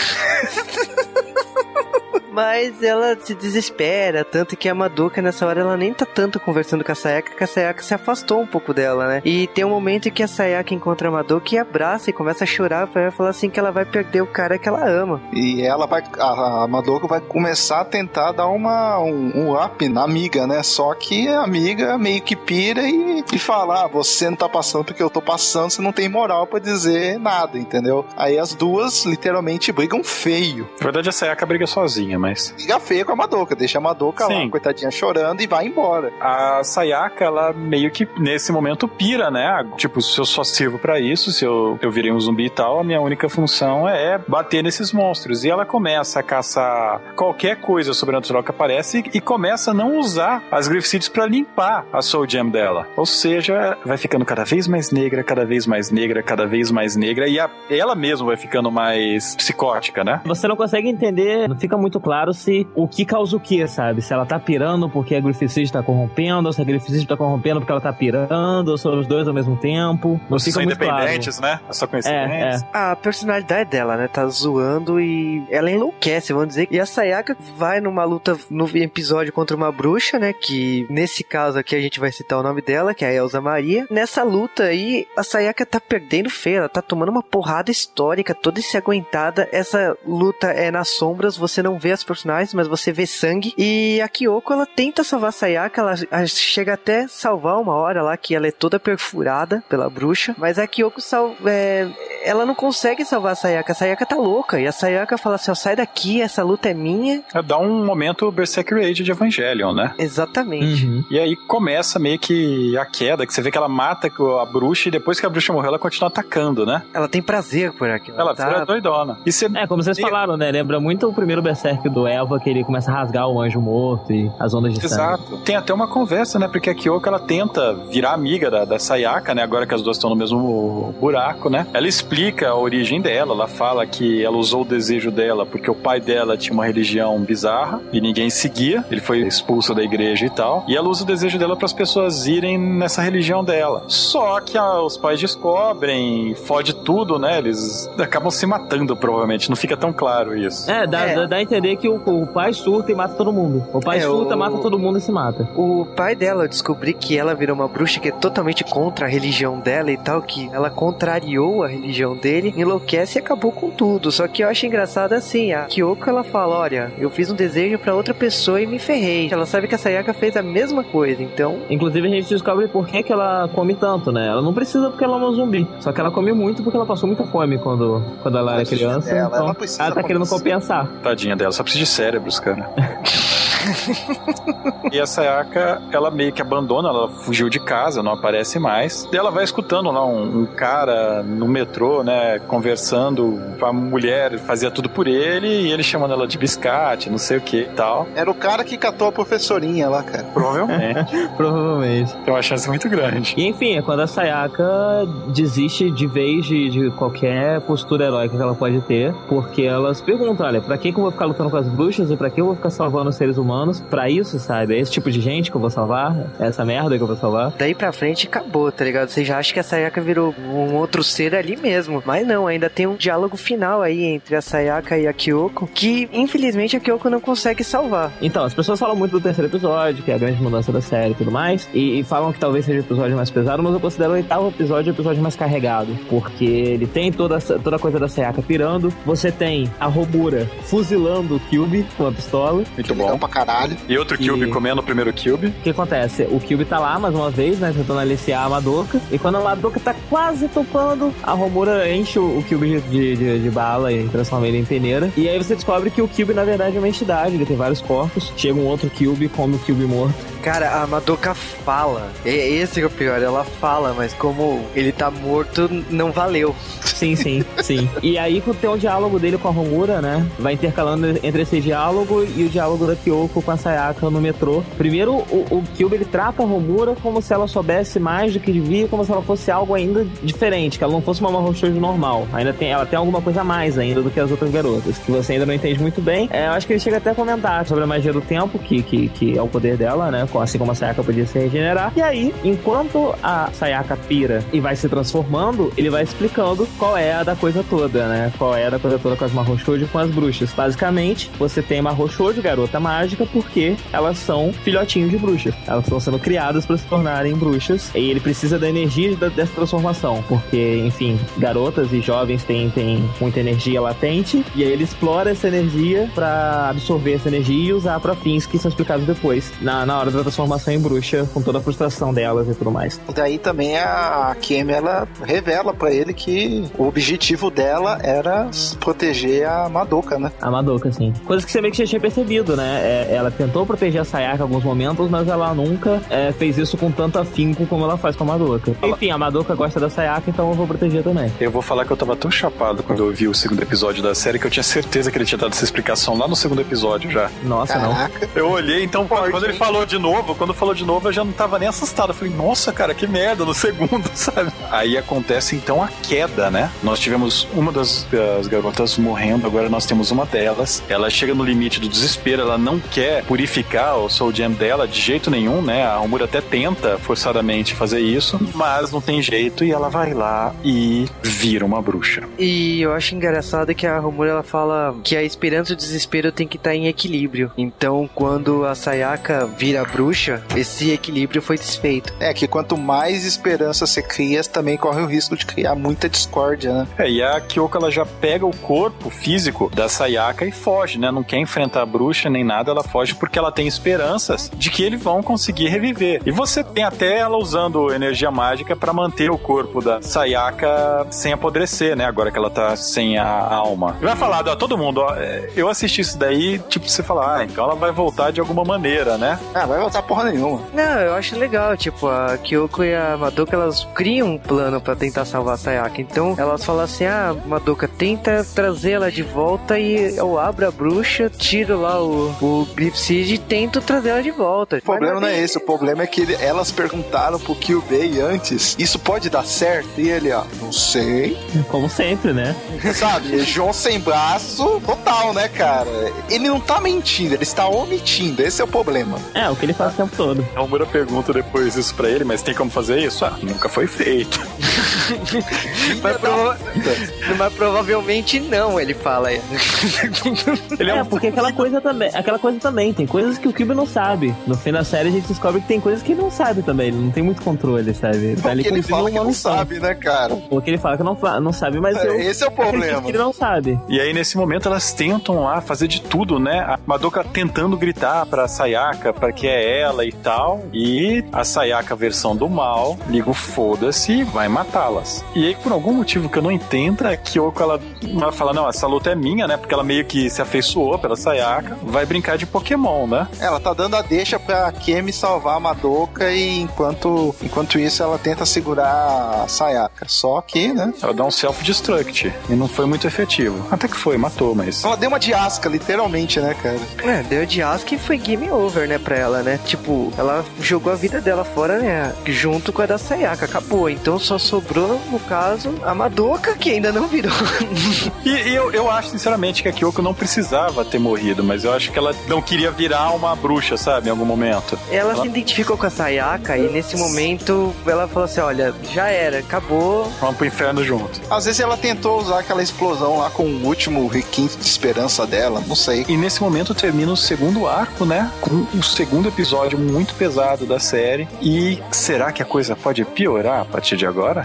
Mas ela se desespera, tanto que a Madoka nessa hora ela nem tá tanto conversando com a Sayaka, que a Sayaka se afastou um pouco dela, né? E tem um momento em que a Sayaka encontra a Madoka e abraça e começa a chorar pra ela falar assim que ela vai perder o cara que ela ama. E ela vai, a, a Madoka vai começar a tentar dar uma, um, um up na amiga, né? Só que a amiga meio que pira e, e fala, ah, você não tá passando porque eu tô passando, você não tem moral pra dizer nada, entendeu? Aí as duas literalmente brigam feio. Na verdade a Sayaka briga sozinha, mas... Briga feia com a Madoka, deixa a Madoka Sim. lá, coitadinha, chorando e vai embora. A Sayaka, ela meio que nesse momento pira, né? Tipo, se eu só sirvo pra isso, se eu, eu virei um zumbi e tal, a minha única função é bater nesses monstros. E ela começa a caçar qualquer coisa sobrenatural que aparece e, e começa a não usar as Glyph-Seeds pra limpar a Soul Gem dela. Ou seja, vai ficando cada vez mais negra, cada vez mais negra, cada vez mais negra, e a, ela mesma vai ficando mais psicótica, né? Você não consegue entender, não fica muito claro se o que causa o que, sabe? Se ela tá pirando porque a Glyph-Seed tá corrompendo, ou se a Glyph-Seed tá corrompendo porque ela tá pirando, ou são os dois ao mesmo tempo. Não fica são muito independentes, claro. Né? É só coincidência. É, é. A personalidade dela, né? Tá zoando e ela enlouquece, vamos dizer. E a Sayaka vai numa luta no episódio contra uma bruxa, né? Que nesse caso aqui a gente vai citar o nome dela, que é a Elsa Maria. Nessa luta aí, a Sayaka tá perdendo feio, ela tá tomando uma porrada histórica, toda ensanguentada. Essa luta é nas sombras, você não vê as personagens, mas você vê sangue. E a Kyoko, ela tenta salvar a Sayaka, ela chega até salvar uma hora lá, que ela é toda perfurada pela bruxa, mas a Kyoko sal, é, ela não consegue salvar a Sayaka, a Sayaka tá louca, e a Sayaka fala assim, ó, sai daqui, essa luta é minha. É, dá um momento Berserk Rage de Evangelion, né? Exatamente. Uhum. E aí começa meio que a queda, que você vê que ela mata a bruxa e depois que a bruxa morreu, ela continua atacando, né? Ela tem prazer por aquilo. Ela tá... vira doidona. E você... É, como vocês e... falaram, né? Lembra muito o primeiro Berserk do Eva, que ele começa a rasgar o anjo morto e as ondas de Exato. sangue. Tem até uma conversa, né? Porque a Kyoko, ela tenta virar amiga da, da Sayaka, né? Agora que as duas estão no mesmo buraco, né? Ela explica a origem dela, ela fala que ela usou o desejo dela porque o pai dela tinha uma religião bizarra e ninguém seguia, ele foi expulso da igreja e tal, e ela usa o desejo dela para as pessoas irem nessa religião dela. Só que a, os pais descobrem, fode tudo, né? Eles acabam se matando, provavelmente, não fica tão claro isso. É, dá, é. dá, dá a entender que o, o pai surta e mata todo mundo. O pai é, surta, o... mata todo mundo e se mata. O pai dela, eu descobri que ela virou uma bruxa que é totalmente contra a religião dela e tal, que ela contrariou a religião dele, enlouquece e acabou com tudo. Só que eu acho engraçado assim, a Kyoko, ela fala, olha, eu fiz um desejo pra outra pessoa e me ferrei. Ela sabe que a Sayaka fez a mesma coisa, então... Inclusive a gente descobre por que, que ela come tanto, né? Ela não precisa porque ela é uma zumbi, só que ela come muito porque ela passou muita fome quando, quando ela era criança, dela, então ela, ela tá querendo compensar. Tadinha dela, só precisa de cérebros, cara. E a Sayaka, ela meio que abandona, ela fugiu de casa, não aparece mais. E ela vai escutando lá um, um cara no metrô, né, conversando com a mulher, fazia tudo por ele, e ele chamando ela de biscate, não sei o que e tal. Era o cara que catou a professorinha lá, cara. Provavelmente. Provavelmente. Tem uma chance muito grande. E enfim, é quando a Sayaka desiste de vez de, de qualquer postura heróica que ela pode ter, porque ela se pergunta, olha, pra que que eu vou ficar lutando com as bruxas e pra que eu vou ficar salvando os seres humanos humanos pra isso, sabe? É esse tipo de gente que eu vou salvar? É essa merda que eu vou salvar? Daí pra frente acabou, tá ligado? Você já acha que a Sayaka virou um outro ser ali mesmo. Mas não, ainda tem um diálogo final aí entre a Sayaka e a Kyoko, que infelizmente a Kyoko não consegue salvar. Então, as pessoas falam muito do terceiro episódio, que é a grande mudança da série e tudo mais, e, e falam que talvez seja o episódio mais pesado, mas eu considero o oitavo episódio o episódio mais carregado, porque ele tem toda, toda a coisa da Sayaka pirando, você tem a Robura fuzilando o Kyuubi com a pistola. Muito bom. Pra caralho. E outro Kyuubi e... comendo o primeiro Kyuubi. O que acontece? O Kyuubi tá lá, mais uma vez, né, tentando aliciar a Madoka, e quando a Madoka tá quase topando, a Robura enche o, o Kyuubi de, de, de, de bala e transforma ele em peneira, e aí você descobre que o Kyuubi, na verdade, é uma entidade, ele tem vários corpos, chega um outro Kyuubi, come o Kyuubi morto. Cara, a Madoka fala, esse que é o pior, ela fala, mas como ele tá morto, não valeu. Sim, sim, sim. E aí tem um diálogo dele com a Homura, né? Vai intercalando entre esse diálogo e o diálogo da Kyoko com a Sayaka no metrô. Primeiro, o, o Kyuubi, ele trata a Homura como se ela soubesse mais do que devia, como se ela fosse algo ainda diferente, que ela não fosse uma Mahou Shoujo normal. Ainda tem, ela tem alguma coisa a mais ainda do que as outras garotas, que você ainda não entende muito bem. É, eu acho que ele chega até a comentar sobre a magia do tempo, que, que, que é o poder dela, né? Assim como a Sayaka podia se regenerar. E aí, enquanto a Sayaka pira e vai se transformando, ele vai explicando qual é a da coisa toda, né? Qual é a da coisa toda com as Mahou Shoujo e com as bruxas. Basicamente, você tem Mahou Shoujo, garota mágica, porque elas são filhotinhos de bruxas. Elas estão sendo criadas para se tornarem bruxas. E ele precisa da energia dessa transformação, porque, enfim, garotas e jovens têm, têm muita energia latente, e aí ele explora essa energia para absorver essa energia e usar para fins que são explicados depois, na, na hora da transformação em bruxa, com toda a frustração delas e tudo mais. E daí também a Kemi, ela revela pra ele que o objetivo dela era proteger a Madoka, né? A Madoka, sim. Coisa que você meio que já tinha percebido, né? É, ela tentou proteger a Sayaka em alguns momentos, mas ela nunca é, fez isso com tanto afinco como ela faz com a Madoka. Enfim, a Madoka gosta da Sayaka, então eu vou proteger também. Eu vou falar que eu tava tão chapado quando eu vi o segundo episódio da série que eu tinha certeza que ele tinha dado essa explicação lá no segundo episódio já. Nossa, Caraca. não. Eu olhei, então, Forte, quando ele falou de novo, quando falou de novo, eu já não tava nem assustado. Eu falei, nossa, cara, que merda, no segundo, sabe? Aí acontece, então, a queda, né? Nós tivemos uma das, das garotas morrendo, agora nós temos uma delas. Ela chega no limite do desespero, ela não quer purificar o Soul Gem dela de jeito nenhum, né? A Homura até tenta, forçadamente, fazer isso, mas não tem jeito, e ela vai lá e vira uma bruxa. E eu acho engraçado que a Homura, ela fala que a esperança e o desespero tem que estar em equilíbrio. Então, quando a Sayaka vira bruxa, esse equilíbrio foi desfeito. É, que quanto mais esperança você cria, também corre o risco de criar muita discórdia, né? É, e a Kyoko, ela já pega o corpo físico da Sayaka e foge, né? Não quer enfrentar a bruxa nem nada, ela foge porque ela tem esperanças de que eles vão conseguir reviver. E você tem até ela usando energia mágica pra manter o corpo da Sayaka sem apodrecer, né? Agora que ela tá sem a alma. E vai falar, ó, todo mundo, ó, eu assisti isso daí, tipo, você fala, ah, então ela vai voltar de alguma maneira, né? Ah, vai voltar porra nenhuma. Não, eu acho legal, tipo, a Kyoko e a Madoka, elas criam um plano pra tentar salvar a Sayaka. Então, elas falam assim, ah, Madoka, tenta trazer ela de volta e eu abro a bruxa, tiro lá o, o Glyph Seed e tento trazer ela de volta. O problema não é esse, o problema é que ele, elas perguntaram pro Kyubei antes, isso pode dar certo? E ele, ó, não sei. Como sempre, né? Sabe, João sem braço, total, né, cara? Ele não tá mentindo, ele está omitindo, esse é o problema. É, o que ele faz o tempo todo. A Homura pergunta depois isso pra ele, mas tem como fazer isso? Ah, nunca foi feito. mas, prova... mas provavelmente não, ele fala. Ele é, é um... porque aquela coisa também, aquela coisa também, tem coisas que o Kyuubi não sabe. No fim da série a gente descobre que tem coisas que ele não sabe também, ele não tem muito controle, sabe? Ele porque tá ali ele fala que não sabe, né, cara? Porque ele fala que não, não sabe, mas é, eu... Esse é o problema. Que ele não sabe. E aí, nesse momento, elas tentam lá fazer de tudo, né? A Madoka tentando gritar pra Sayaka, pra que é ela e tal, e a Sayaka, versão do mal, liga o foda-se e vai matá-las. E aí, por algum motivo que eu não entendo, a Kyoko, ela vai falar, não, essa luta é minha, né? Porque ela meio que se afeiçoou pela Sayaka, vai brincar de Pokémon, né? Ela tá dando a deixa pra Kemi salvar a Madoka e enquanto, enquanto isso ela tenta segurar a Sayaka. Só que, né? Ela dá um self-destruct e não foi muito efetivo. Até que foi, matou, mas... Ela deu uma de asca, literalmente, né, cara? É, deu de asca e foi game over, né, pra ela, né? Tipo, ela jogou a vida dela fora, né? Junto com a da Sayaka, acabou. Então só sobrou sobrou, no caso, a Madoka, que ainda não virou. E, e eu, eu acho, sinceramente, que a Kyoko não precisava ter morrido, mas eu acho que ela não queria virar uma bruxa, sabe, em algum momento. Ela, ela... se identificou com a Sayaka e nesse momento ela falou assim, olha, já era, acabou. Vamos pro inferno junto. Às vezes ela tentou usar aquela explosão lá com o último requinte de esperança dela, não sei. E nesse momento termina o segundo arco, né, com o segundo episódio muito pesado da série. E será que a coisa pode piorar a partir de agora?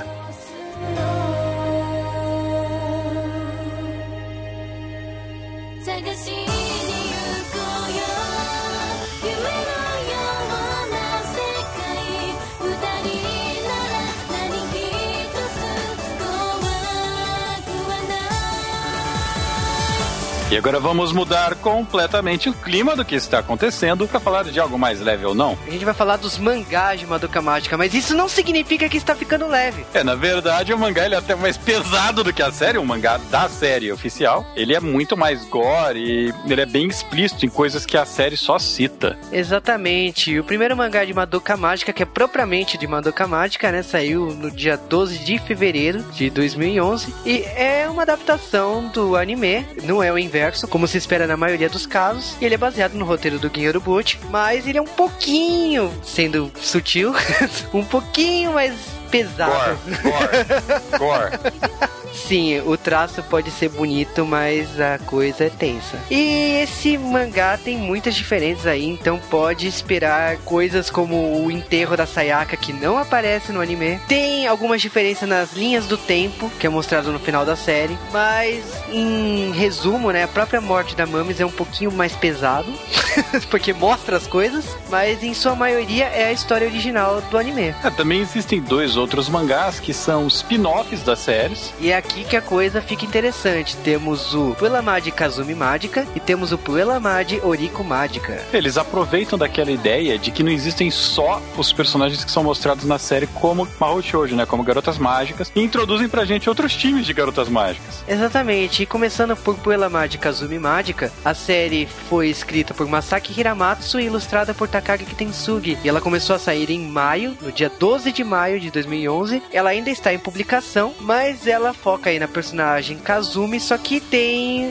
E agora vamos mudar completamente o clima do que está acontecendo para falar de algo mais leve ou não. A gente vai falar dos mangás de Madoka Mágica, mas isso não significa que está ficando leve. É, na verdade, o mangá ele é até mais pesado do que a série, o mangá da série oficial. Ele é muito mais gore e ele é bem explícito em coisas que a série só cita. Exatamente. O primeiro mangá de Madoka Mágica, que é propriamente de Madoka Mágica, né, saiu no dia doze de fevereiro de dois mil e onze e é uma adaptação do anime, não é o inverso, como se espera na maioria dos casos, e ele é baseado no roteiro do Gen Urobuchi, mas ele é um pouquinho, sendo sutil, um pouquinho mais pesado. Gore, gore, gore. Sim, o traço pode ser bonito, mas a coisa é tensa. E esse mangá tem muitas diferenças aí, então pode esperar coisas como o enterro da Sayaka, que não aparece no anime. Tem algumas diferenças nas linhas do tempo, que é mostrado no final da série, mas em resumo, né, a própria morte da Mamis é um pouquinho mais pesado, porque mostra as coisas, mas em sua maioria é a história original do anime. É, também existem dois outros mangás que são spin-offs das séries. E é aqui que a coisa fica interessante. Temos o Puelamade Kazumi Mágica e temos o Puelamade Oriko Mágica. Eles aproveitam daquela ideia de que não existem só os personagens que são mostrados na série como Mahou Shoujo, né, como garotas mágicas, e introduzem pra gente outros times de garotas mágicas. Exatamente, e começando por Puelamade Kazumi Mágica, a série foi escrita por Masaki Hiramatsu e ilustrada por Takagi Kitensugi, e ela começou a sair em maio, no dia doze de maio de dois mil e onze. Ela ainda está em publicação, mas ela foca aí na personagem Kazumi, só que tem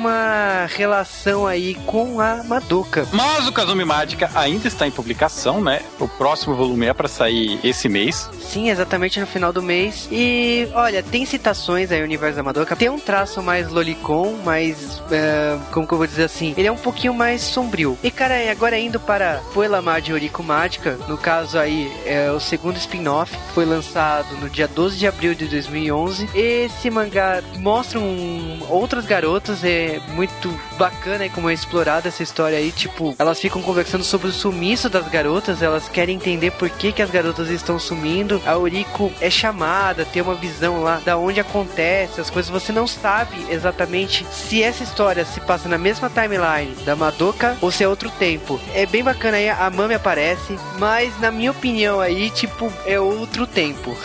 uma relação aí com a Madoka. Mas o Kazumi Mágica ainda está em publicação, né? O próximo volume é para sair esse mês. Sim, exatamente no final do mês. E, olha, tem citações aí no universo da Madoka. Tem um traço mais lolicon, mais, uh, como que eu vou dizer assim, ele é um pouquinho mais sombrio. E, cara, agora indo para Puelamade Oriko Mágica, no caso aí, é o segundo spin-off, foi lançado no dia doze de abril de dois mil e onze. Esse mangá mostra um, outras garotas, é muito bacana aí como é explorada essa história aí, tipo, elas ficam conversando sobre o sumiço das garotas, elas querem entender por que que as garotas estão sumindo. A Oriko é chamada, tem uma visão lá da onde acontece as coisas, você não sabe exatamente se essa história se passa na mesma timeline da Madoka ou se é outro tempo. É bem bacana aí, a Mami aparece, mas na minha opinião aí, tipo, é outro tempo.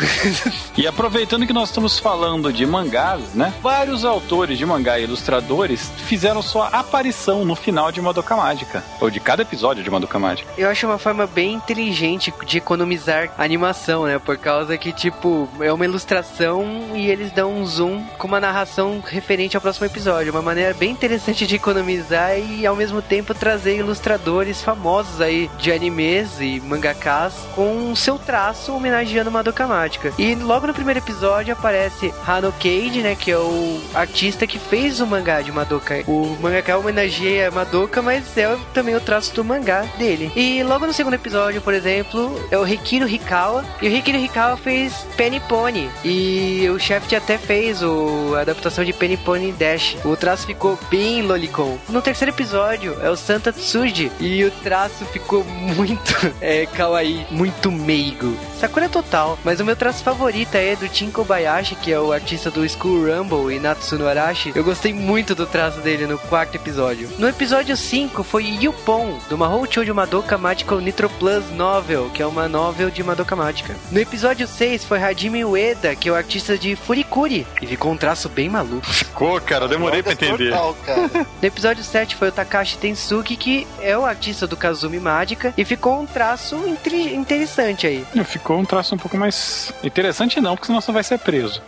E aproveitando que nós estamos falando de mangás, né? Vários autores de mangá e ilustradores fizeram sua aparição no final de Madoka Mágica, ou de cada episódio de Madoka Mágica. Eu acho uma forma bem inteligente de economizar a animação, né? Por causa que, tipo, é uma ilustração e eles dão um zoom com uma narração referente ao próximo episódio. Uma maneira bem interessante de economizar e, ao mesmo tempo, trazer ilustradores famosos aí de animes e mangakás com seu traço homenageando Madoka Mágica. E logo no primeiro episódio aparece Hano Cage, né, que é o artista que fez o mangá de Madoka. O mangaka homenageia Madoka, mas é também o traço do mangá dele. E logo no segundo episódio, por exemplo, é o Hikiro Hikawa. E o Hikiro Hikawa fez Penny Pony. E o Shaft até fez o, a adaptação de Penny Pony Dash. O traço ficou bem lolicon. No terceiro episódio é o Santa Tsuji. E o traço ficou muito é, kawaii, muito meigo. Sakura total. Mas o meu traço favorito é do Tin Kobayashi, que é o artista artista do School Rumble e Natsuno Arashi, eu gostei muito do traço dele no quarto episódio. No episódio cinco foi Yupon, do Mahou Shoujo Madoka Magical Nitro Plus Novel, que é uma novel de Madoka Mágica. No episódio seis foi Hajime Ueda, que é o artista de Furikuri, e ficou um traço bem maluco. Ficou, cara, eu demorei pra entender. Total, cara. No episódio sete foi o Takashi Tensuki, que é o artista do Kazumi Mágica, e ficou um traço intri- interessante aí. Ficou um traço um pouco mais interessante não, porque senão você vai ser preso.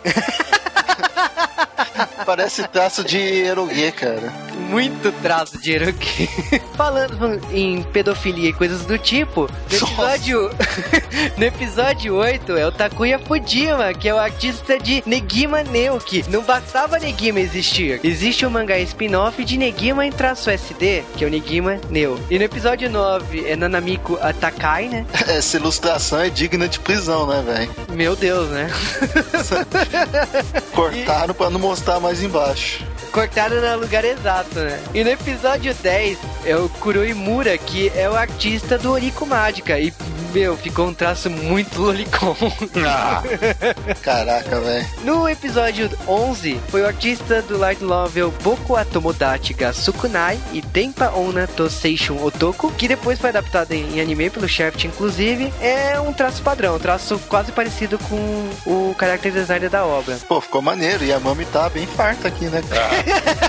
Parece traço de erogue, cara. Muito traço de erogue. Falando em pedofilia e coisas do tipo, no episódio no episódio oito é o Takuya Fujima, que é o artista de Negima Neuki. Não bastava Negima existir, existe um mangá spin-off de Negima em traço S D, que é o Negima Neo. E no episódio nove é Nanamiko Atakai, né? Essa ilustração é digna de prisão, né, velho? Meu Deus, né? Cortaram e... pra não mostrar mais embaixo. Cortaram no lugar exato, né? E no episódio dez é o Kuroi Mura, que é o artista do Oriko Mágica. E, meu, ficou um traço muito lolicon. Ah. Caraca, velho. No episódio onze foi o artista do light novel Boku Atomodachi ga Sukunai e Denpa Onna to Seishun Otoku, que depois foi adaptado em anime pelo Shaft, inclusive. É um traço padrão, um traço quase parecido com o character designer da obra. Pô, ficou maneiro. E a Mami tá bem farta aqui, né, cara?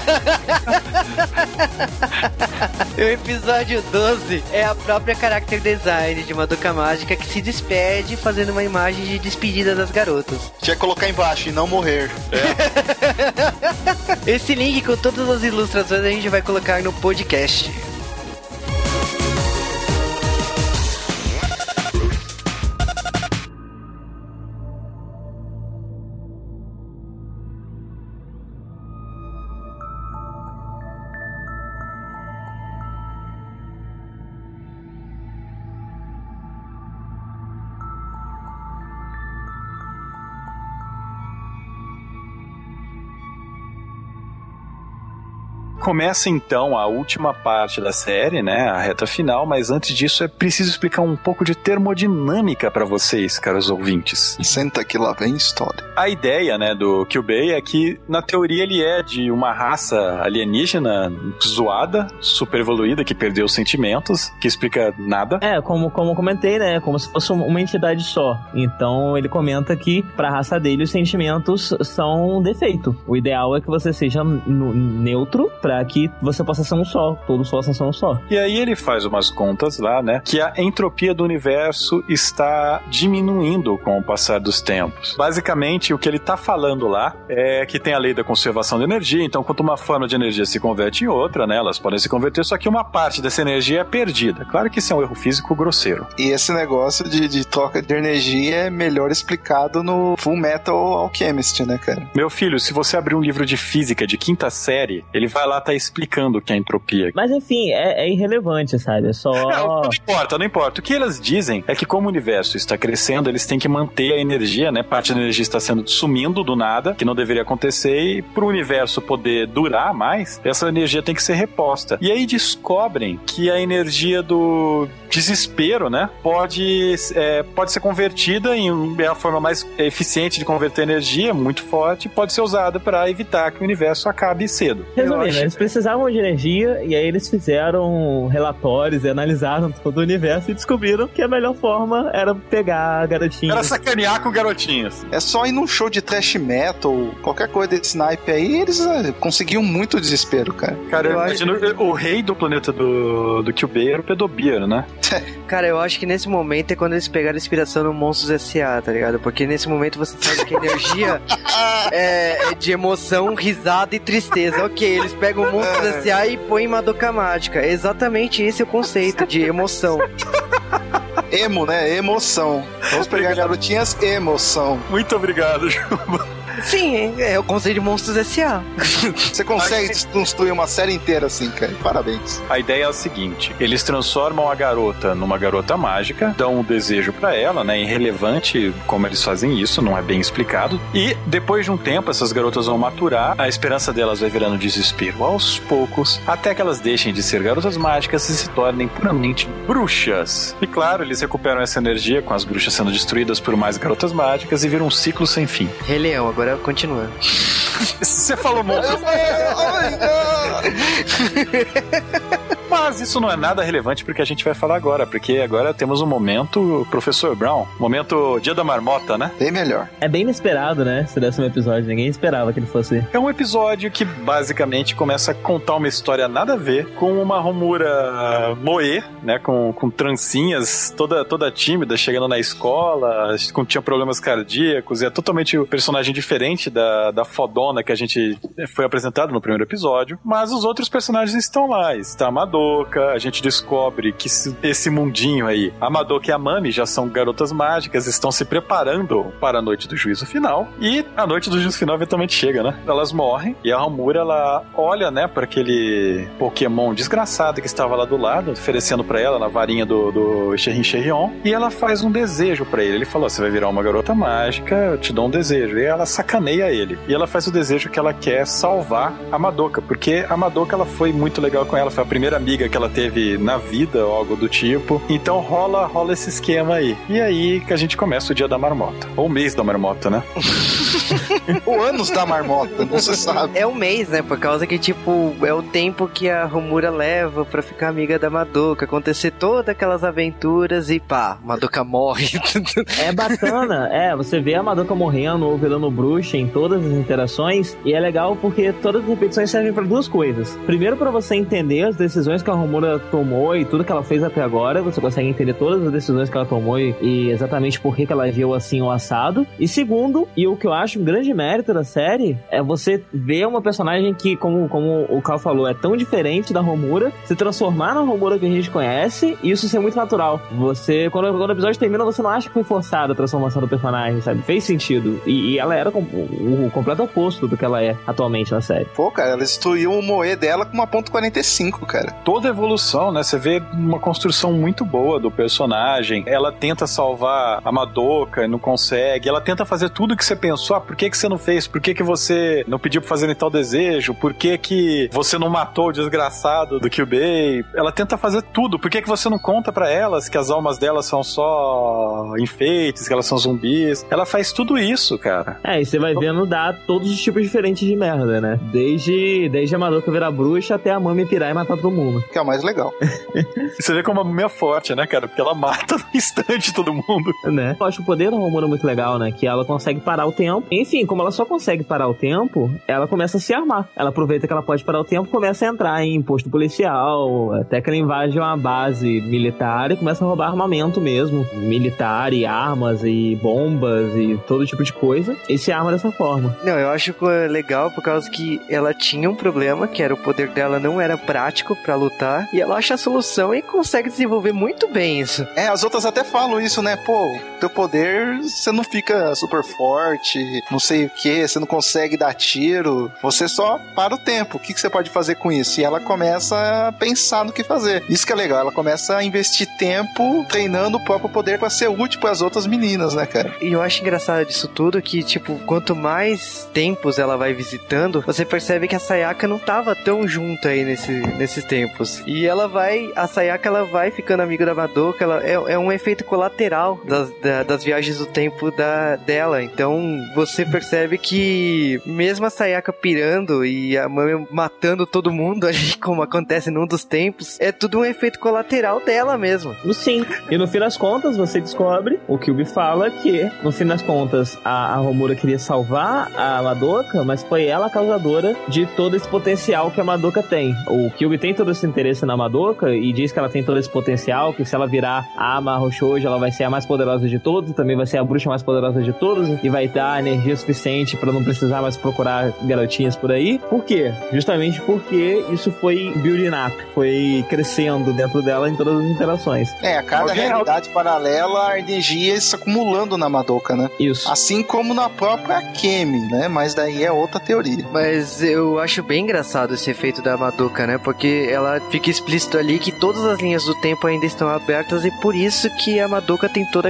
O episódio doze é a própria character design de Madoka Mágica que se despede fazendo uma imagem de despedida das garotas. Tinha que colocar embaixo e não morrer. É. Esse link com todas as ilustrações a gente vai colocar no podcast. Começa então a última parte da série, né, a reta final, mas antes disso é preciso explicar um pouco de termodinâmica para vocês, caros ouvintes. Senta que lá vem história. A ideia, né, do Kyubey é que, na teoria, ele é de uma raça alienígena zoada, super evoluída, que perdeu os sentimentos, que explica nada. É, como, como comentei, né, como se fosse uma entidade só. Então ele comenta que pra raça dele os sentimentos são um defeito. O ideal é que você seja no, neutro, pra que você possa ser um só, todos possam ser um só. E aí ele faz umas contas lá, né, que a entropia do universo está diminuindo com o passar dos tempos. Basicamente, o que ele tá falando lá é que tem a lei da conservação de energia, então quando uma forma de energia se converte em outra, né, elas podem se converter, só que uma parte dessa energia é perdida. Claro que isso é um erro físico grosseiro. E esse negócio de, de troca de energia é melhor explicado no Full Metal Alchemist, né, cara? Meu filho, se você abrir um livro de física de quinta série, ele vai lá tá explicando o que é entropia. Mas enfim, é, é irrelevante, sabe? É só... Não, não importa, não importa. O que elas dizem é que como o universo está crescendo, eles têm que manter a energia, né? Parte da energia está sendo sumindo do nada, que não deveria acontecer, e para o universo poder durar mais, essa energia tem que ser reposta. E aí descobrem que a energia do desespero, né? Pode, é, pode ser convertida em é a forma mais eficiente de converter energia, muito forte, pode ser usada para evitar que o universo acabe cedo. Resumindo, eles precisavam de energia e aí eles fizeram relatórios e analisaram todo o universo e descobriram que a melhor forma era pegar garotinhos. Era sacanear com garotinhos. É só ir num show de thrash metal, qualquer coisa desse naipe aí, eles é, conseguiam muito desespero, cara. Cara, eu imagino acho... o rei do planeta do, do Kyubey era o Pedobier, né? Cara, eu acho que nesse momento é quando eles pegaram inspiração no Monstros S A, tá ligado? Porque nesse momento você sabe que a energia é, é de emoção, risada e tristeza. Ok, eles pegam o Monstros S A e põem Madoka Mágica. É exatamente esse o conceito de emoção. Emo, né? Emoção. Vamos pegar garotinhas, emoção. Muito obrigado, Juba. Sim, é o conceito de Monstros S A. Você consegue construir uma série inteira assim, cara. Parabéns. A ideia é a seguinte: eles transformam a garota numa garota mágica, dão um desejo pra ela, né? Irrelevante como eles fazem isso, não é bem explicado. E depois de um tempo, essas garotas vão maturar, a esperança delas vai virando desespero aos poucos, até que elas deixem de ser garotas mágicas e se tornem puramente bruxas. E claro, eles recuperam essa energia com as bruxas sendo destruídas por mais garotas mágicas e viram um ciclo sem fim. Rei Leão, agora agora continua. Você falou monstro. Mas isso não é nada relevante porque a gente vai falar agora, porque agora temos um momento Professor Brown, momento Dia da Marmota, né? Bem melhor. É bem inesperado, né? Esse décimo episódio, ninguém esperava que ele fosse. É um episódio que basicamente começa a contar uma história nada a ver com uma Homura moe, né? Com, com trancinhas, toda, toda tímida, chegando na escola, com, tinha problemas cardíacos, e é totalmente um personagem diferente da, da fodona que a gente foi apresentado no primeiro episódio, mas os outros personagens estão lá, está a Madoka, a gente descobre que esse mundinho aí, a Madoka e a Mami já são garotas mágicas, estão se preparando para a noite do juízo final, e a noite do juízo final eventualmente chega, né? Elas morrem, e a Homura, ela olha, né, para aquele Pokémon desgraçado que estava lá do lado, oferecendo para ela na varinha do, do Sherrin Sherrion, e ela faz um desejo para ele. Ele falou, você vai virar uma garota mágica, eu te dou um desejo. E ela sacaneia ele. E ela faz o desejo que ela quer salvar a Madoka, porque a Madoka, ela foi muito legal com ela, foi a primeira amiga que ela teve na vida, ou algo do tipo. Então rola, rola esse esquema aí. E aí que a gente começa o Dia da Marmota. Ou o mês da marmota, né? O ânus da marmota, não se sabe. É o mês, né? Por causa que, tipo, é o tempo que a Homura leva pra ficar amiga da Madoka, acontecer todas aquelas aventuras e pá, Madoka morre. É bacana, é, você vê a Madoka morrendo ou virando bruxa em todas as interações, e é legal porque todas as repetições servem pra duas coisas. Primeiro, pra você entender as decisões que a Homura tomou e tudo que ela fez até agora, você consegue entender todas as decisões que ela tomou e, e exatamente por que ela agiu assim ou assado. E segundo, e o que eu acho um grande mérito da série, é você ver uma personagem que, como, como o Cal falou, é tão diferente da Homura, se transformar na Homura que a gente conhece, e isso ser muito natural. Você, quando, quando o episódio termina, você não acha que foi forçada a transformação do personagem, sabe? Fez sentido. E, e ela era com, o, o completo oposto do que ela é atualmente na série. Pô, cara, ela destruiu o moe dela com uma ponto quarenta e cinco, cara. Toda evolução, né? Você vê uma construção muito boa do personagem. Ela tenta salvar a Madoka e não consegue. Ela tenta fazer tudo que você pensou. Ah, por que que você não fez? Por que que você não pediu pra fazer tal desejo? Por que que você não matou o desgraçado do Kyubey? Ela tenta fazer tudo. Por que que você não conta pra elas que as almas delas são só enfeites, que elas são zumbis? Ela faz tudo isso, cara. É, e você vai vendo dar todos os tipos diferentes de merda, né? Desde, desde a Madoka virar bruxa até a Mami pirar e matar todo mundo. Que é o mais legal. E você vê como a Mami é forte, né, cara? Porque ela mata no instante todo mundo. Né? Eu acho o poder da Homura muito legal, né? Que ela consegue parar o tempo. Enfim, como ela só consegue parar o tempo, ela começa a se armar. Ela aproveita que ela pode parar o tempo, começa a entrar em posto policial, até que ela invade uma base militar e começa a roubar armamento mesmo. Militar e armas e bombas e todo tipo de coisa. E se arma dessa forma. Não, eu acho legal por causa que ela tinha um problema, que era o poder dela não era prático pra lutar, e ela acha a solução e consegue desenvolver muito bem isso. É, as outras até falam isso, né? Pô, teu poder, você não fica super forte, não sei o que, você não consegue dar tiro, você só para o tempo. O que, que você pode fazer com isso? E ela começa a pensar no que fazer. Isso que é legal, ela começa a investir tempo treinando o próprio poder pra ser útil pras outras meninas, né, cara? E eu acho engraçado disso tudo que, tipo, quanto mais tempos ela vai visitando, você percebe que a Sayaka não tava tão junto aí nesse, nesses tempos. E ela vai, a Sayaka, ela vai ficando amiga da Madoka, ela é, é um efeito colateral das, da, das viagens do tempo da, dela. Então, você percebe que mesmo a Sayaka pirando e a Mami matando todo mundo ali, como acontece num dos tempos, é tudo um efeito colateral dela mesmo. Sim. E no fim das contas, você descobre, o Kyubi fala que, no fim das contas, a, a Homura queria salvar a Madoka, mas foi ela a causadora de todo esse potencial que a Madoka tem. O Kyubi tem todo esse interesse na Madoka e diz que ela tem todo esse potencial, que se ela virar a Ama Hoshoji, ela vai ser a mais poderosa de todos, e também vai ser a bruxa mais poderosa de todos, e vai dar energia suficiente pra não precisar mais procurar garotinhas por aí. Por quê? Justamente porque isso foi building up, foi crescendo dentro dela em todas as interações. É, a cada Alguém realidade paralela, a energia se acumulando na Madoka, né? Isso. Assim como na própria Kemi, né? Mas daí é outra teoria. Mas eu acho bem engraçado esse efeito da Madoka, né? Porque ela fica explícito ali que todas as linhas do tempo ainda estão abertas e por isso que a Madoka tem toda aquela energia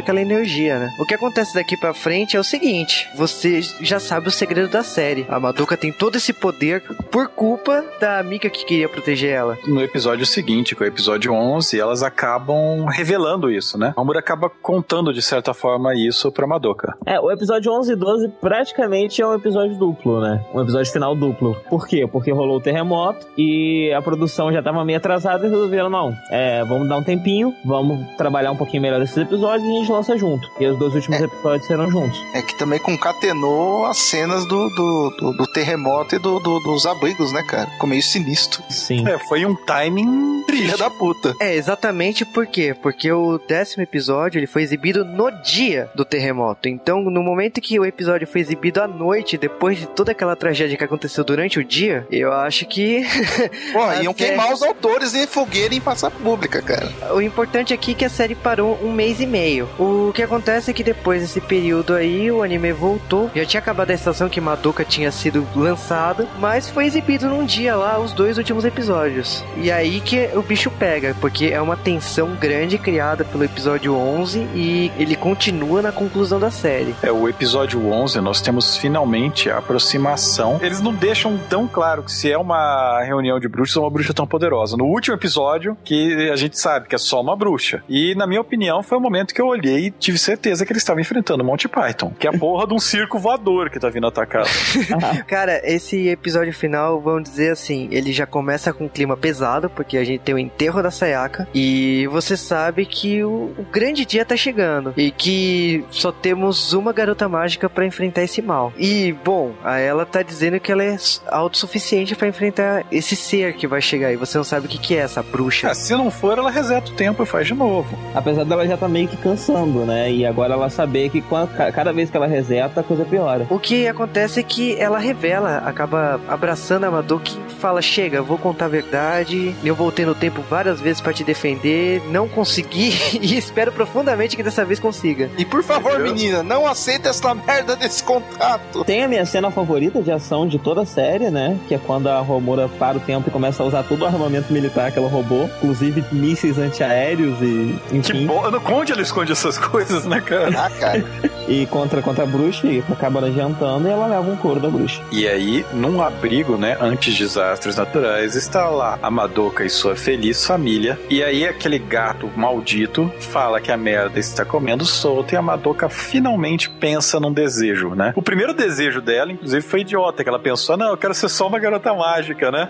cronologia, né? O que acontece daqui pra frente é o seguinte, você já sabe o segredo da série. A Madoka tem todo esse poder por culpa da amiga que queria proteger ela. No episódio seguinte, que é o episódio onze, elas acabam revelando isso, né? A Mamoru acaba contando, de certa forma, isso pra Madoka. É, o episódio onze e doze praticamente é um episódio duplo, né? Um episódio final duplo. Por quê? Porque rolou o terremoto e a produção já tava meio atrasada e resolveram, não, é, vamos dar um tempinho, vamos trabalhar um pouquinho melhor esses episódios e a gente lança junto. E os dois últimos é, episódios serão juntos. É que também concatenou as cenas do, do, do, do terremoto e do, do, dos abrigos, né, cara? Ficou meio sinistro. Sim. É, foi um timing Filha da puta. É, exatamente por quê? Porque o décimo episódio, ele foi exibido no dia do terremoto. Então, no momento que o episódio foi exibido à noite, depois de toda aquela tragédia que aconteceu durante o dia, eu acho que... Pô, iam queimar os autores em fogueira em praça pública, cara. O importante aqui é que a série parou um mês e meio. O que acontece é que depois desse período aí, o anime voltou. Já tinha acabado a estação que Madoka tinha sido lançado, mas foi exibido num dia lá os dois últimos episódios. E aí que o bicho pega, porque é uma tensão grande criada pelo episódio onze e ele continua na conclusão da série. É, o episódio onze, nós temos finalmente a aproximação. Eles não deixam tão claro que se é uma reunião de bruxas ou uma bruxa tão poderosa. No último episódio, que a gente sabe que é só uma bruxa. E, na minha opinião, foi o momento que eu olhei e tive certeza que eles estavam enfrentando o Monty Python, que é a porra de um circo voador que tá vindo atacar. Cara, esse episódio final, vamos dizer assim, ele já começa com um clima pesado, porque a gente tem o enterro da Sayaka, e você sabe que o, o grande dia tá chegando, e que só temos uma garota mágica pra enfrentar esse mal. E, bom, a ela tá dizendo que ela é autossuficiente pra enfrentar esse ser que vai chegar, e você não sabe o que que é essa bruxa. Ah, se não for, ela reseta o tempo e faz de novo. Apesar dela já tá meio que cansando, né? E agora ela saber que quando, cada vez que ela reseta, a coisa piora. O que acontece é que ela revela, acaba abraçando a Madoka e fala, chega, vou contar a verdade, eu voltei no tempo várias vezes pra te defender, não consegui e espero profundamente que dessa vez consiga. E por favor, menina, não aceita essa merda desse contrato. Tem a minha cena favorita de ação de toda a série, né? Que é quando a Homura para o tempo e começa a usar todo o armamento militar que ela roubou, inclusive mísseis antiaéreos e enfim. Que bom, onde ela esconde essas coisas, né, cara? Ah, cara. E contra, contra a bruxa, e acaba ela jantando e ela leva um couro da bruxa. E aí, num abrigo, né, antes de desastres naturais, está lá a Madoka e sua feliz família. E aí aquele gato maldito fala que a merda está comendo solto e a Madoka finalmente pensa num desejo, né? O primeiro desejo dela, inclusive, foi idiota, que ela pensou, não, eu quero ser só uma garota mágica, né?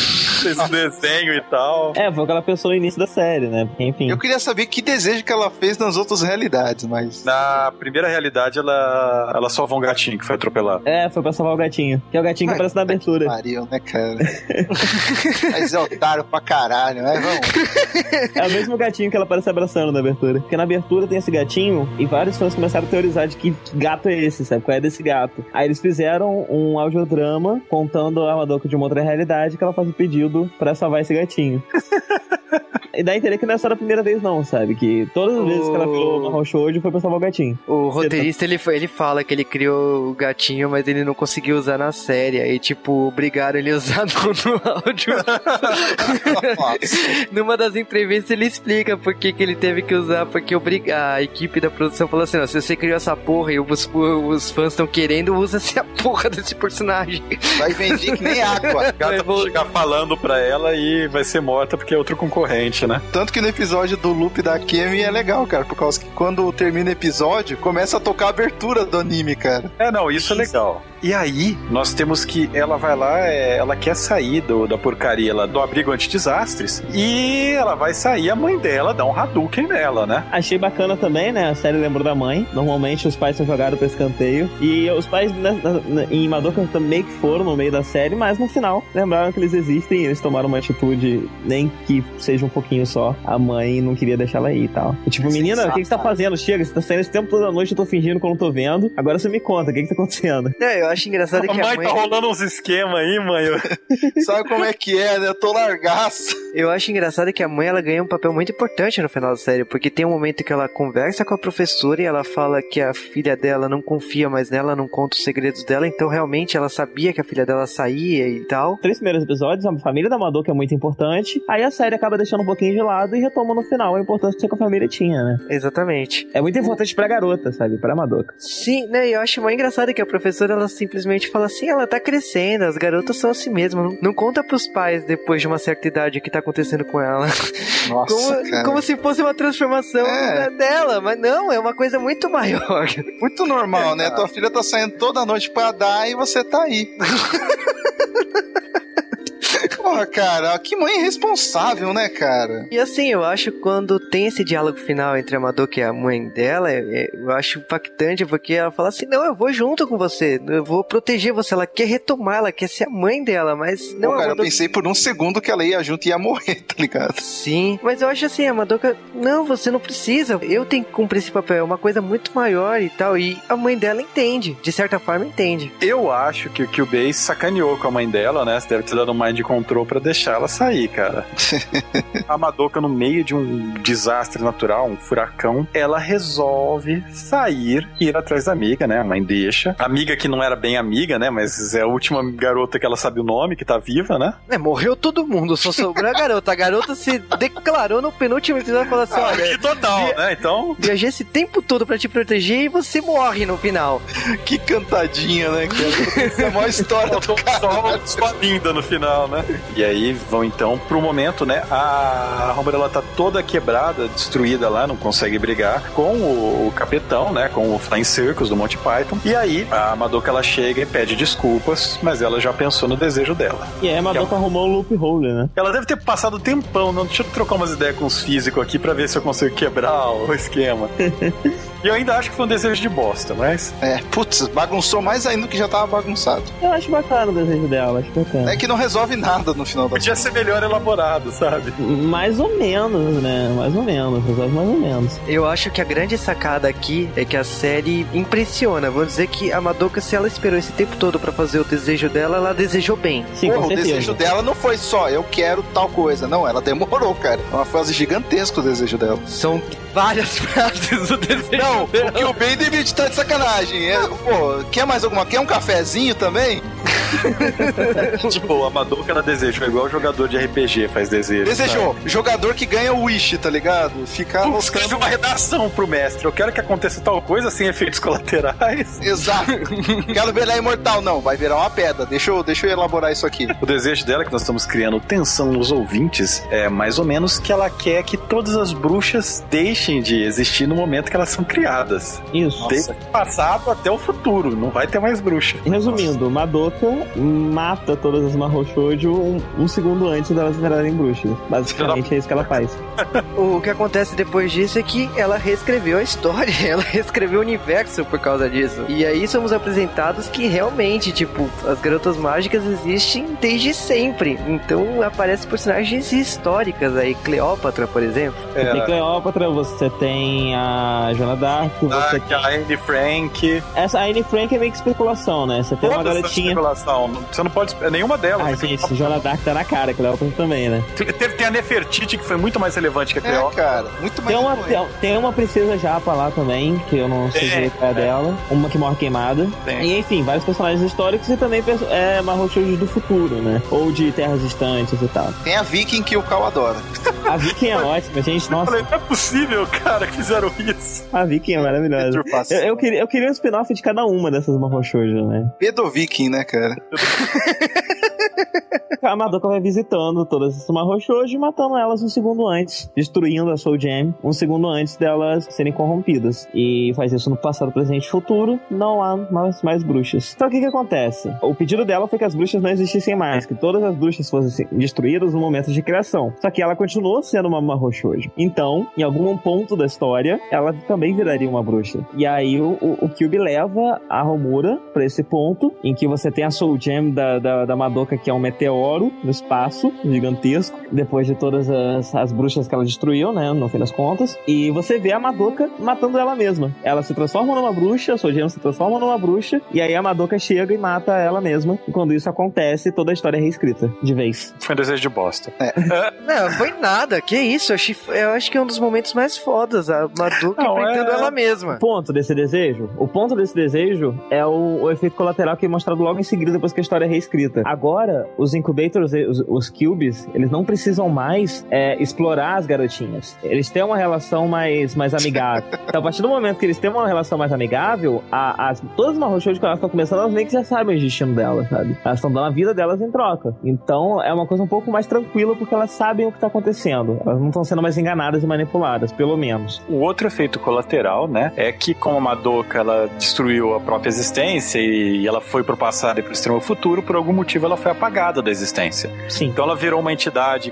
Esse desenho e tal. É, foi o que ela pensou no início da série, né? Porque, enfim. Eu queria saber que desejo que ela fez nas outras realidades, mas... Na primeira realidade, ela, ela salva um gatinho que foi atropelado. É, foi pra salvar o gatinho. Que é o gatinho que aparece na abertura. Que pariu, né, cara? Mas é otário pra caralho, né? Vamos. É o mesmo gatinho que ela aparece abraçando na abertura. Porque na abertura tem esse gatinho e vários fãs começaram a teorizar de que, que gato é esse, sabe? Qual é desse gato? Aí eles fizeram um audiodrama contando a Madoka de uma outra realidade que ela faz o pedido pra salvar esse gatinho. E dá a entender que não é só a primeira vez não, sabe? Que todas as o... vezes que ela criou o Mahou Shoujo foi pra salvar o gatinho. O roteirista, ele, ele fala que ele criou o gatinho, mas ele não conseguiu usar na série. Aí, tipo, obrigaram ele a usar no, no áudio. Numa das entrevistas ele explica por que, que ele teve que usar, porque obriga... a equipe da produção falou assim, ó, se você criou essa porra e os, os fãs estão querendo, usa-se a porra desse personagem. Vai vender que nem água. A gata vai chegar falando pra ela e vai ser morta porque é outro concorrente, né? Tanto que no episódio do loop da Kemi é legal, cara, por causa que quando termina o episódio, começa a tocar a abertura do anime, cara. É, não, isso é legal. E aí, nós temos que ela vai lá, é, ela quer sair do, da porcaria lá, do abrigo anti-desastres, e ela vai sair, a mãe dela dá um Hadouken nela, né? Achei bacana também, né? A série lembrou da mãe. Normalmente os pais são jogados pra escanteio. E os pais né, na, em Madoka também que foram no meio da série, mas no final lembraram que eles existem e eles tomaram uma atitude, nem que seja um pouquinho só. A mãe não queria deixar ela ir e tal. E, tipo, menina, o que, que você tá fazendo? Chega, você tá saindo esse tempo toda noite, eu tô fingindo que eu não tô vendo. Agora você me conta, o que que tá acontecendo? É, eu acho engraçado que a mãe, a mãe... tá rolando uns esquemas aí, mãe. Sabe como é que é, né? Eu tô largaço. Eu acho engraçado que a mãe, ela ganha um papel muito importante no final da série, porque tem um momento que ela conversa com a professora e ela fala que a filha dela não confia mais nela, não conta os segredos dela, então realmente ela sabia que a filha dela saía e tal. Três primeiros episódios, a família da Madoka é muito importante, aí a série acaba deixando um pouquinho de lado e retoma no final a importância que a família tinha, né? Exatamente. É muito importante pra garota, sabe? Pra Madoka. Sim, né? Eu acho mais engraçado que a professora, ela simplesmente fala assim, ela tá crescendo, as garotas são assim mesmo, não, não conta pros pais depois de uma certa idade o que tá acontecendo com ela. Nossa, como, cara. como se fosse uma transformação É. dela, mas não, é uma coisa muito maior. Muito normal, né? Tua filha tá saindo toda noite pra dar e você tá aí. Porra, cara, que mãe irresponsável, né, cara? E assim, eu acho que quando tem esse diálogo final entre a Madoka e a mãe dela, é, é, eu acho impactante, porque ela fala assim, não, eu vou junto com você, eu vou proteger você, ela quer retomar, ela quer ser a mãe dela, mas não... Pô, cara, Madoka... eu pensei por um segundo que ela ia junto e ia morrer, tá ligado? Sim, mas eu acho assim, a Madoka, não, você não precisa, eu tenho que cumprir esse papel, é uma coisa muito maior e tal, e a mãe dela entende, de certa forma entende. Eu acho que o Kyubei sacaneou com a mãe dela, né? Você deve ter dado um mind control pra deixar ela sair, cara. A Madoka, no meio de um desastre natural, um furacão, ela resolve sair e ir atrás da amiga, né? A mãe deixa. A amiga que não era bem amiga, né? Mas é a última garota que ela sabe o nome, que tá viva, né? É, morreu todo mundo, só sobrou a garota. A garota se declarou no penúltimo episódio e falou assim, Ah, olha... que total, via- né? Então... Viajei esse tempo todo pra te proteger e você morre no final. Que cantadinha, né, cara? Essa é a maior história do cara. Só, só linda no final, né? E aí vão então pro momento, né? A Umbrella tá toda quebrada, destruída lá, não consegue brigar com o, o capitão, né? Com o Flying Circus do Monty Python. E aí a Madoka, ela chega e pede desculpas, mas ela já pensou no desejo dela. E aí a Madoka arrumou um loophole, né? Ela deve ter passado tempão, não, deixa eu trocar umas ideias com os físicos aqui pra ver se eu consigo quebrar o esquema. E eu ainda acho que foi um desejo de bosta, mas... É, putz, bagunçou mais ainda do que já tava bagunçado. Eu acho bacana o desejo dela, acho bacana. É que não resolve nada no final da Podia ser melhor elaborado, sabe? Mais ou menos, né? Mais ou menos, resolve mais ou menos. Eu acho que a grande sacada aqui é que a série impressiona. Vou dizer que a Madoka, se ela esperou esse tempo todo pra fazer o desejo dela, ela desejou bem. Sim, Porra, com o certeza. desejo dela não foi só, eu quero tal coisa. Não, ela demorou, cara. É uma frase gigantesca o desejo dela. São várias frases do desejo Não, dela. o que o Ben devia estar de sacanagem. É, pô, quer mais alguma? Quer um cafezinho também? Tipo, a Madoka, ela desejou igual jogador de R P G faz desejo. Desejou. Jogador que ganha o Wish, tá ligado? Ficar Putz, escreve uma redação pro mestre. Eu quero que aconteça tal coisa sem efeitos colaterais. Exato. Quero virar imortal. Não, vai virar uma pedra. Deixa eu, deixa eu elaborar isso aqui. O desejo dela, que nós estamos criando tensão nos ouvintes, é mais ou menos que ela quer que todas as bruxas deixem de existir no momento que elas são criadas. Isso. Desde o passado até o futuro. Não vai ter mais bruxa. Resumindo, Madoka mata todas as Mahou Shoujo um, um segundo antes delas virarem bruxas. Basicamente é isso que ela faz. O que acontece depois disso é que ela reescreveu a história, ela reescreveu o universo por causa disso. E aí somos apresentados que realmente, tipo, as garotas mágicas existem desde sempre. Então aparecem personagens históricas aí, Cleópatra, por exemplo. Você tem Cleópatra, você tem a Joana Dark, você Ah, tem... a Anne Frank. Essa a Anne Frank é meio que especulação, né? Você tem uma Todas essa garotinha... especulação. Você não pode... Nenhuma delas. Ah, gente, Joana Dark tá na cara, Cleópatra também, né? Teve, tem a Nefertiti, que foi muito mais relevante que a É, Cleópatra. cara. Muito mais Tem uma, influente. tem, tem uma princesa japa lá também, que eu não sei É, direito qual é dela. Uma que morre queimada. Tem. E enfim, vários personagens históricos e também perso- é, Mahou Shoujo do futuro, né? Ou de terras distantes e tal. Tem a Viking que o Cal adora. A Viking é ótima, gente. Eu Nossa, falei, não é possível, cara, que fizeram isso. a Viking é maravilhosa. Deturpação. Eu, eu, queria, eu queria um spin-off de cada uma dessas Mahou Shoujo, né? Pedro Viking, né, cara? A Madoka vai visitando todas essas Mahou Shoujo e matando elas um segundo antes, destruindo a Soul Gem um segundo antes delas serem corrompidas. E faz isso no passado, presente e futuro. Não há mais, mais bruxas. Então o que que acontece? O pedido dela foi que as bruxas não existissem mais, que todas as bruxas fossem destruídas no momento de criação. Só que ela continuou sendo uma Mahou Shoujo. Então, em algum ponto da história, ela também viraria uma bruxa. E aí o, o, o Kyuubi leva a Homura pra esse ponto, em que você tem a Soul Gem da, da, da Madoka, que é um meteoro meteoro no espaço, gigantesco, depois de todas as, as bruxas que ela destruiu, né, no fim das contas. E você vê a Madoka matando ela mesma. Ela se transforma numa bruxa, a Sojiro se transforma numa bruxa, e aí a Madoka chega e mata ela mesma. E quando isso acontece, toda a história é reescrita, de vez. Foi um desejo de bosta. É. Não, foi nada. Que isso? Eu, achei, eu acho que é um dos momentos mais fodas. A Madoka Não, enfrentando é... ela mesma. O ponto desse desejo, o ponto desse desejo é o, o efeito colateral que é mostrado logo em seguida, depois que a história é reescrita. Agora, os Incubators, os, os Cubes, eles não precisam mais é, explorar as garotinhas. Eles têm uma relação mais, mais amigável. Então, a partir do momento que eles têm uma relação mais amigável, a, as, todas as Mahou Shoujo que elas estão começando, elas meio que já sabem o destino delas, sabe? Elas estão dando a vida delas em troca. Então, é uma coisa um pouco mais tranquila, porque elas sabem o que está acontecendo. Elas não estão sendo mais enganadas e manipuladas, pelo menos. O outro efeito colateral, né, é que como a Madoka, ela destruiu a própria existência e ela foi pro passado e pro extremo futuro, por algum motivo ela foi apagada da existência. Sim. Então ela virou uma entidade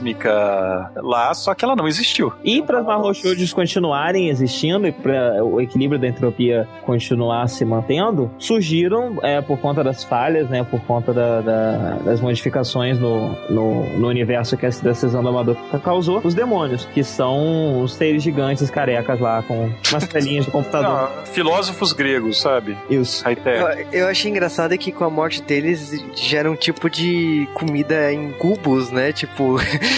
cósmica lá, só que ela não existiu. E para as Mahou Shoujos continuarem existindo e para o equilíbrio da entropia continuar se mantendo, surgiram, é, por conta das falhas, né, por conta da, da, das modificações no, no, no universo que essa decisão da Madoka causou, os demônios, que são os seres gigantes carecas lá com umas telinhas de computador. Não, filósofos gregos, sabe? Isso. Eu, eu achei engraçado que com a morte deles gera um tipo de comida em cubos, né? Tipo,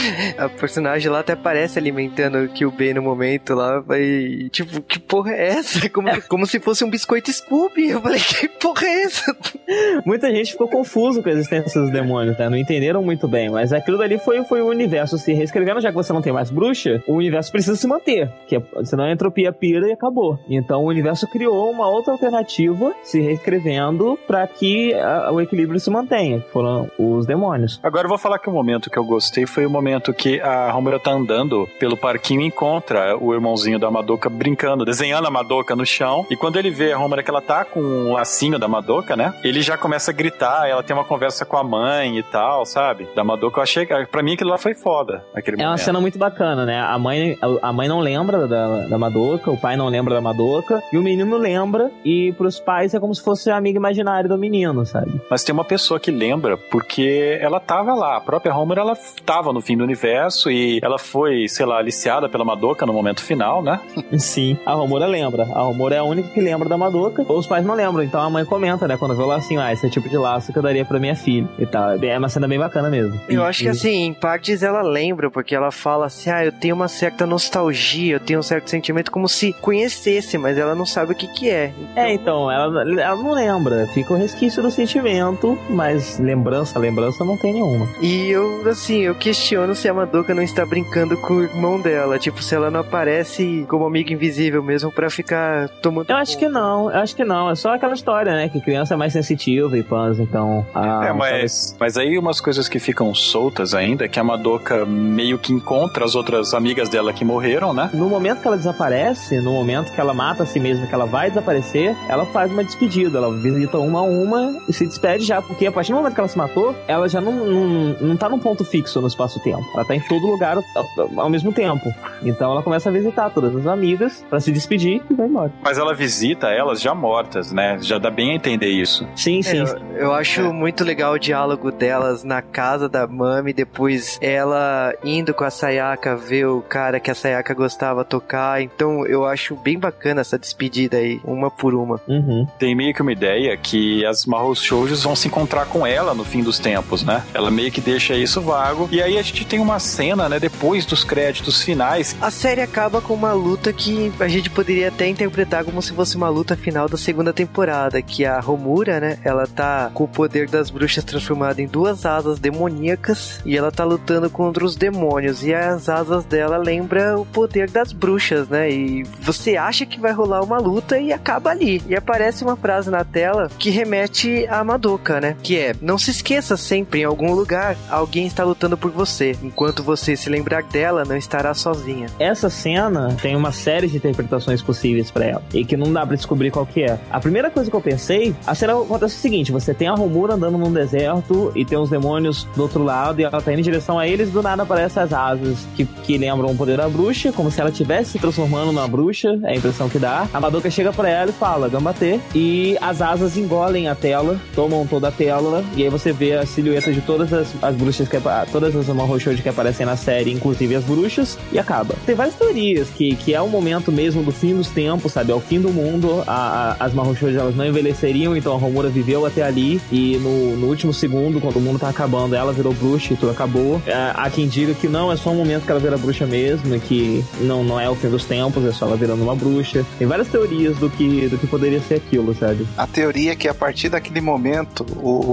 a personagem lá até parece alimentando o Kyubey no momento lá. E, tipo, que porra é essa? Como, é. como se fosse um biscoito Scooby. Eu falei, que porra é essa? Muita gente ficou confuso com a existência dos demônios, né? Não entenderam muito bem, mas aquilo dali foi, foi o universo se reescrevendo, já que você não tem mais bruxa, o universo precisa se manter, que senão a entropia pira e acabou. Então o universo criou uma outra alternativa, se reescrevendo, para que a, o equilíbrio se mantenha, que foram os demônios. Agora eu vou falar que o momento que eu gostei foi o momento que a Homura tá andando pelo parquinho e encontra o irmãozinho da Madoka brincando, desenhando a Madoka no chão, e quando ele vê a Homura que ela tá com um lacinho da Madoka, né, ele já começa a gritar, ela tem uma conversa com a mãe e tal, sabe, da Madoka. Eu achei, pra mim aquilo lá foi foda, aquele É momento. uma cena muito bacana, né, a mãe, a mãe não lembra da, da Madoka, o pai não lembra da Madoka, e o menino lembra, e pros pais é como se fosse a amiga imaginária do menino, sabe? Mas tem uma pessoa que lembra, porque ela tava lá, a própria Homura, ela tava no fim do universo, e ela foi, sei lá, aliciada pela Madoka no momento final, né? Sim, a Homura lembra, a Homura é a única que lembra da Madoka, ou os pais não lembram, então a mãe comenta, né, quando vê o lacinho, ah, esse é o tipo de laço que eu daria pra minha filha, e tal, é uma cena bem bacana mesmo. Eu e, acho que e... assim, em partes ela lembra, porque ela fala assim, ah, eu tenho uma certa nostalgia, eu tenho um certo sentimento como se conhecesse, mas ela não sabe o que que é. Então... É, então, ela, ela não lembra, fica o resquício do sentimento, mas lembrança, lembrança não tem nenhuma. E eu, assim, eu questiono se a Madoka não está brincando com o irmão dela, tipo, se ela não aparece como amiga invisível mesmo pra ficar tomando... Eu acho que não, eu acho que não, é só aquela história, né, que criança é mais sensitiva e pans, então... Ah, é, mas, mas aí umas coisas que ficam soltas ainda, que a Madoka meio que encontra as outras amigas dela que morreram, né? No momento que ela desaparece, no momento que ela mata a si mesma, que ela vai desaparecer, ela faz uma despedida, ela visita uma a uma e se despede já, porque a partir do momento que ela se matou, ela já não, não, não tá num ponto fixo no espaço-tempo, ela tá em todo lugar ao, ao mesmo tempo, então ela começa a visitar todas as amigas pra se despedir e vai embora. Mas ela visita elas já mortas, né? Já dá bem a entender isso. Sim, sim. É, eu, eu acho é. muito legal o diálogo delas na casa da Mami, depois ela indo com a Sayaka ver o cara que a Sayaka gostava tocar, então eu acho bem bacana essa despedida aí, uma por uma. Uhum. Tem meio que uma ideia que as Mahou Shoujos vão se encontrar com ela no fim dos tempos, né? Ela meio que deixa isso vago, e aí a gente tem uma cena, né, depois dos créditos finais. A série acaba com uma luta que a gente poderia até interpretar como se fosse uma luta final da segunda temporada, que a Homura, né, ela tá com o poder das bruxas transformado em duas asas demoníacas, e ela tá lutando contra os demônios, e as asas dela lembram o poder das bruxas, né, e você acha que vai rolar uma luta e acaba ali, e aparece uma frase na tela que remete a Madoka, né, que é, não se esqueça sempre, em algum lugar, alguém está lutando por você, enquanto você se lembrar dela, não estará sozinha. Essa cena tem uma série de interpretações possíveis pra ela, e que não dá pra descobrir qual que é. A primeira coisa que eu pensei, a cena acontece o seguinte, você tem a Homura andando num deserto, e tem os demônios do outro lado, e ela tá indo em direção a eles, do nada aparecem as asas que, que lembram o poder da bruxa, como se ela estivesse se transformando numa bruxa, é a impressão que dá. A Madoka chega pra ela e fala, Gambatê, e as asas engolem a tela, tomam toda a tela, e aí você vê as, silhueta de todas as, as bruxas, que, todas as Mahou Shoujo que aparecem na série, inclusive as bruxas, e acaba. Tem várias teorias, que, que é o momento mesmo do fim dos tempos, sabe? É o fim do mundo, a, a, as Mahou Shoujo, elas não envelheceriam, então a Homura viveu até ali, e no, no último segundo, quando o mundo tá acabando, ela virou bruxa e tudo acabou. É, há quem diga que não, é só um momento que ela vira bruxa mesmo, e que não, não é o fim dos tempos, é só ela virando uma bruxa. Tem várias teorias do que, do que poderia ser aquilo, sabe? A teoria é que a partir daquele momento,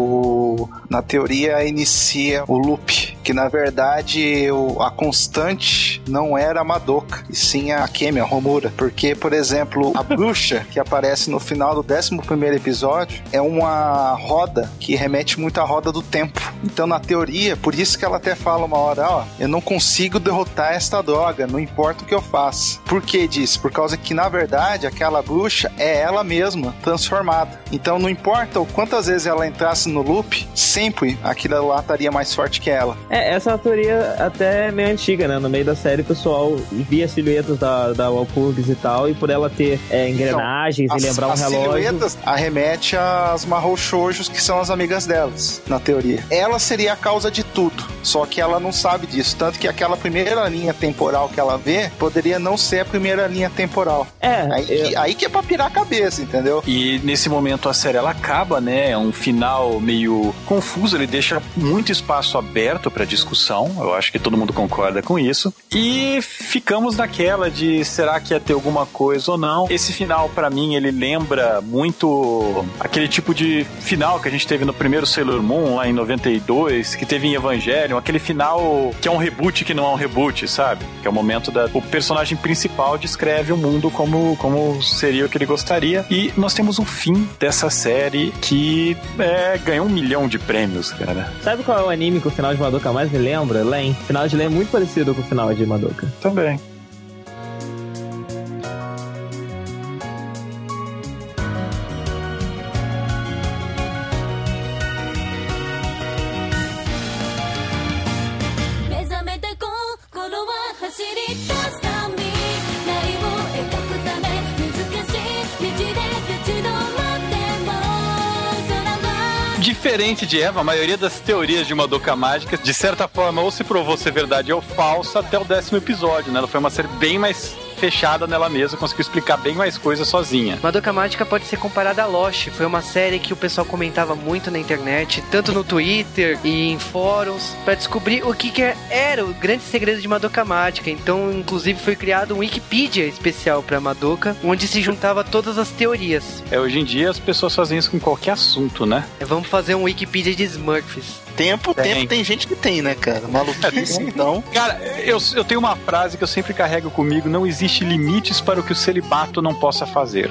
o, na teoria inicia o loop, que na verdade o, a constante não era a Madoka, e sim a Akemi, a Homura. Porque, por exemplo, a bruxa que aparece no final do décimo primeiro episódio é uma roda que remete muito à roda do tempo. Então, na teoria, por isso que ela até fala uma hora, ó, eu não consigo derrotar esta droga, não importa o que eu faça. Por que disso? Por causa que, na verdade, aquela bruxa é ela mesma, transformada. Então, não importa o quantas vezes ela entrasse no loop, sempre aquilo lá estaria mais forte que ela. É, essa é uma teoria até meio antiga, né? No meio da série, o pessoal via silhuetas da, da Walpurgis e tal, e por ela ter é, engrenagens então, e lembrar as, um relógio... As silhuetas arremete às Mahou Shoujos, que são as amigas delas, na teoria. Ela seria a causa de tudo, só que ela não sabe disso, tanto que aquela primeira linha temporal que ela vê, poderia não ser a primeira linha temporal. É. Aí, eu... que, aí que é pra pirar a cabeça, entendeu? E nesse momento a série, ela acaba, né? É um final meio confuso, ele deixa muito espaço aberto pra discussão, eu acho que todo mundo concorda com isso, e ficamos naquela de será que ia ter alguma coisa ou não. Esse final, pra mim, ele lembra muito aquele tipo de final que a gente teve no primeiro Sailor Moon, lá em noventa e dois, que teve em Evangelion, aquele final que é um reboot que não é um reboot, sabe? Que é o momento da... o personagem principal descreve o mundo como, como seria o que ele gostaria, e nós temos um fim dessa série que é, ganhou um milhão de prêmios, cara. Sabe qual é o anime que o final de Madoka mais me lembra? Len. O final de Len é muito parecido com o final de Madoka. Também. Diferente de Eva, a maioria das teorias de Madoka Mágica, de certa forma, ou se provou ser verdade ou falsa até o décimo episódio, né? Ela foi uma série bem mais fechada nela mesma, conseguiu explicar bem mais coisas sozinha. Madoka Mágica pode ser comparada a Lost. Foi uma série que o pessoal comentava muito na internet, tanto no Twitter e em fóruns, pra descobrir o que, que era o grande segredo de Madoka Mágica. Então, inclusive, foi criado um Wikipedia especial pra Madoka, onde se juntava todas as teorias. É, hoje em dia as pessoas fazem isso com qualquer assunto, né? É, vamos fazer um Wikipedia de Smurfs. Tempo, tem. tempo tem gente que tem, né, cara? Maluquice, então. Cara, eu, eu tenho uma frase que eu sempre carrego comigo: não existe limites para o que o celibato não possa fazer.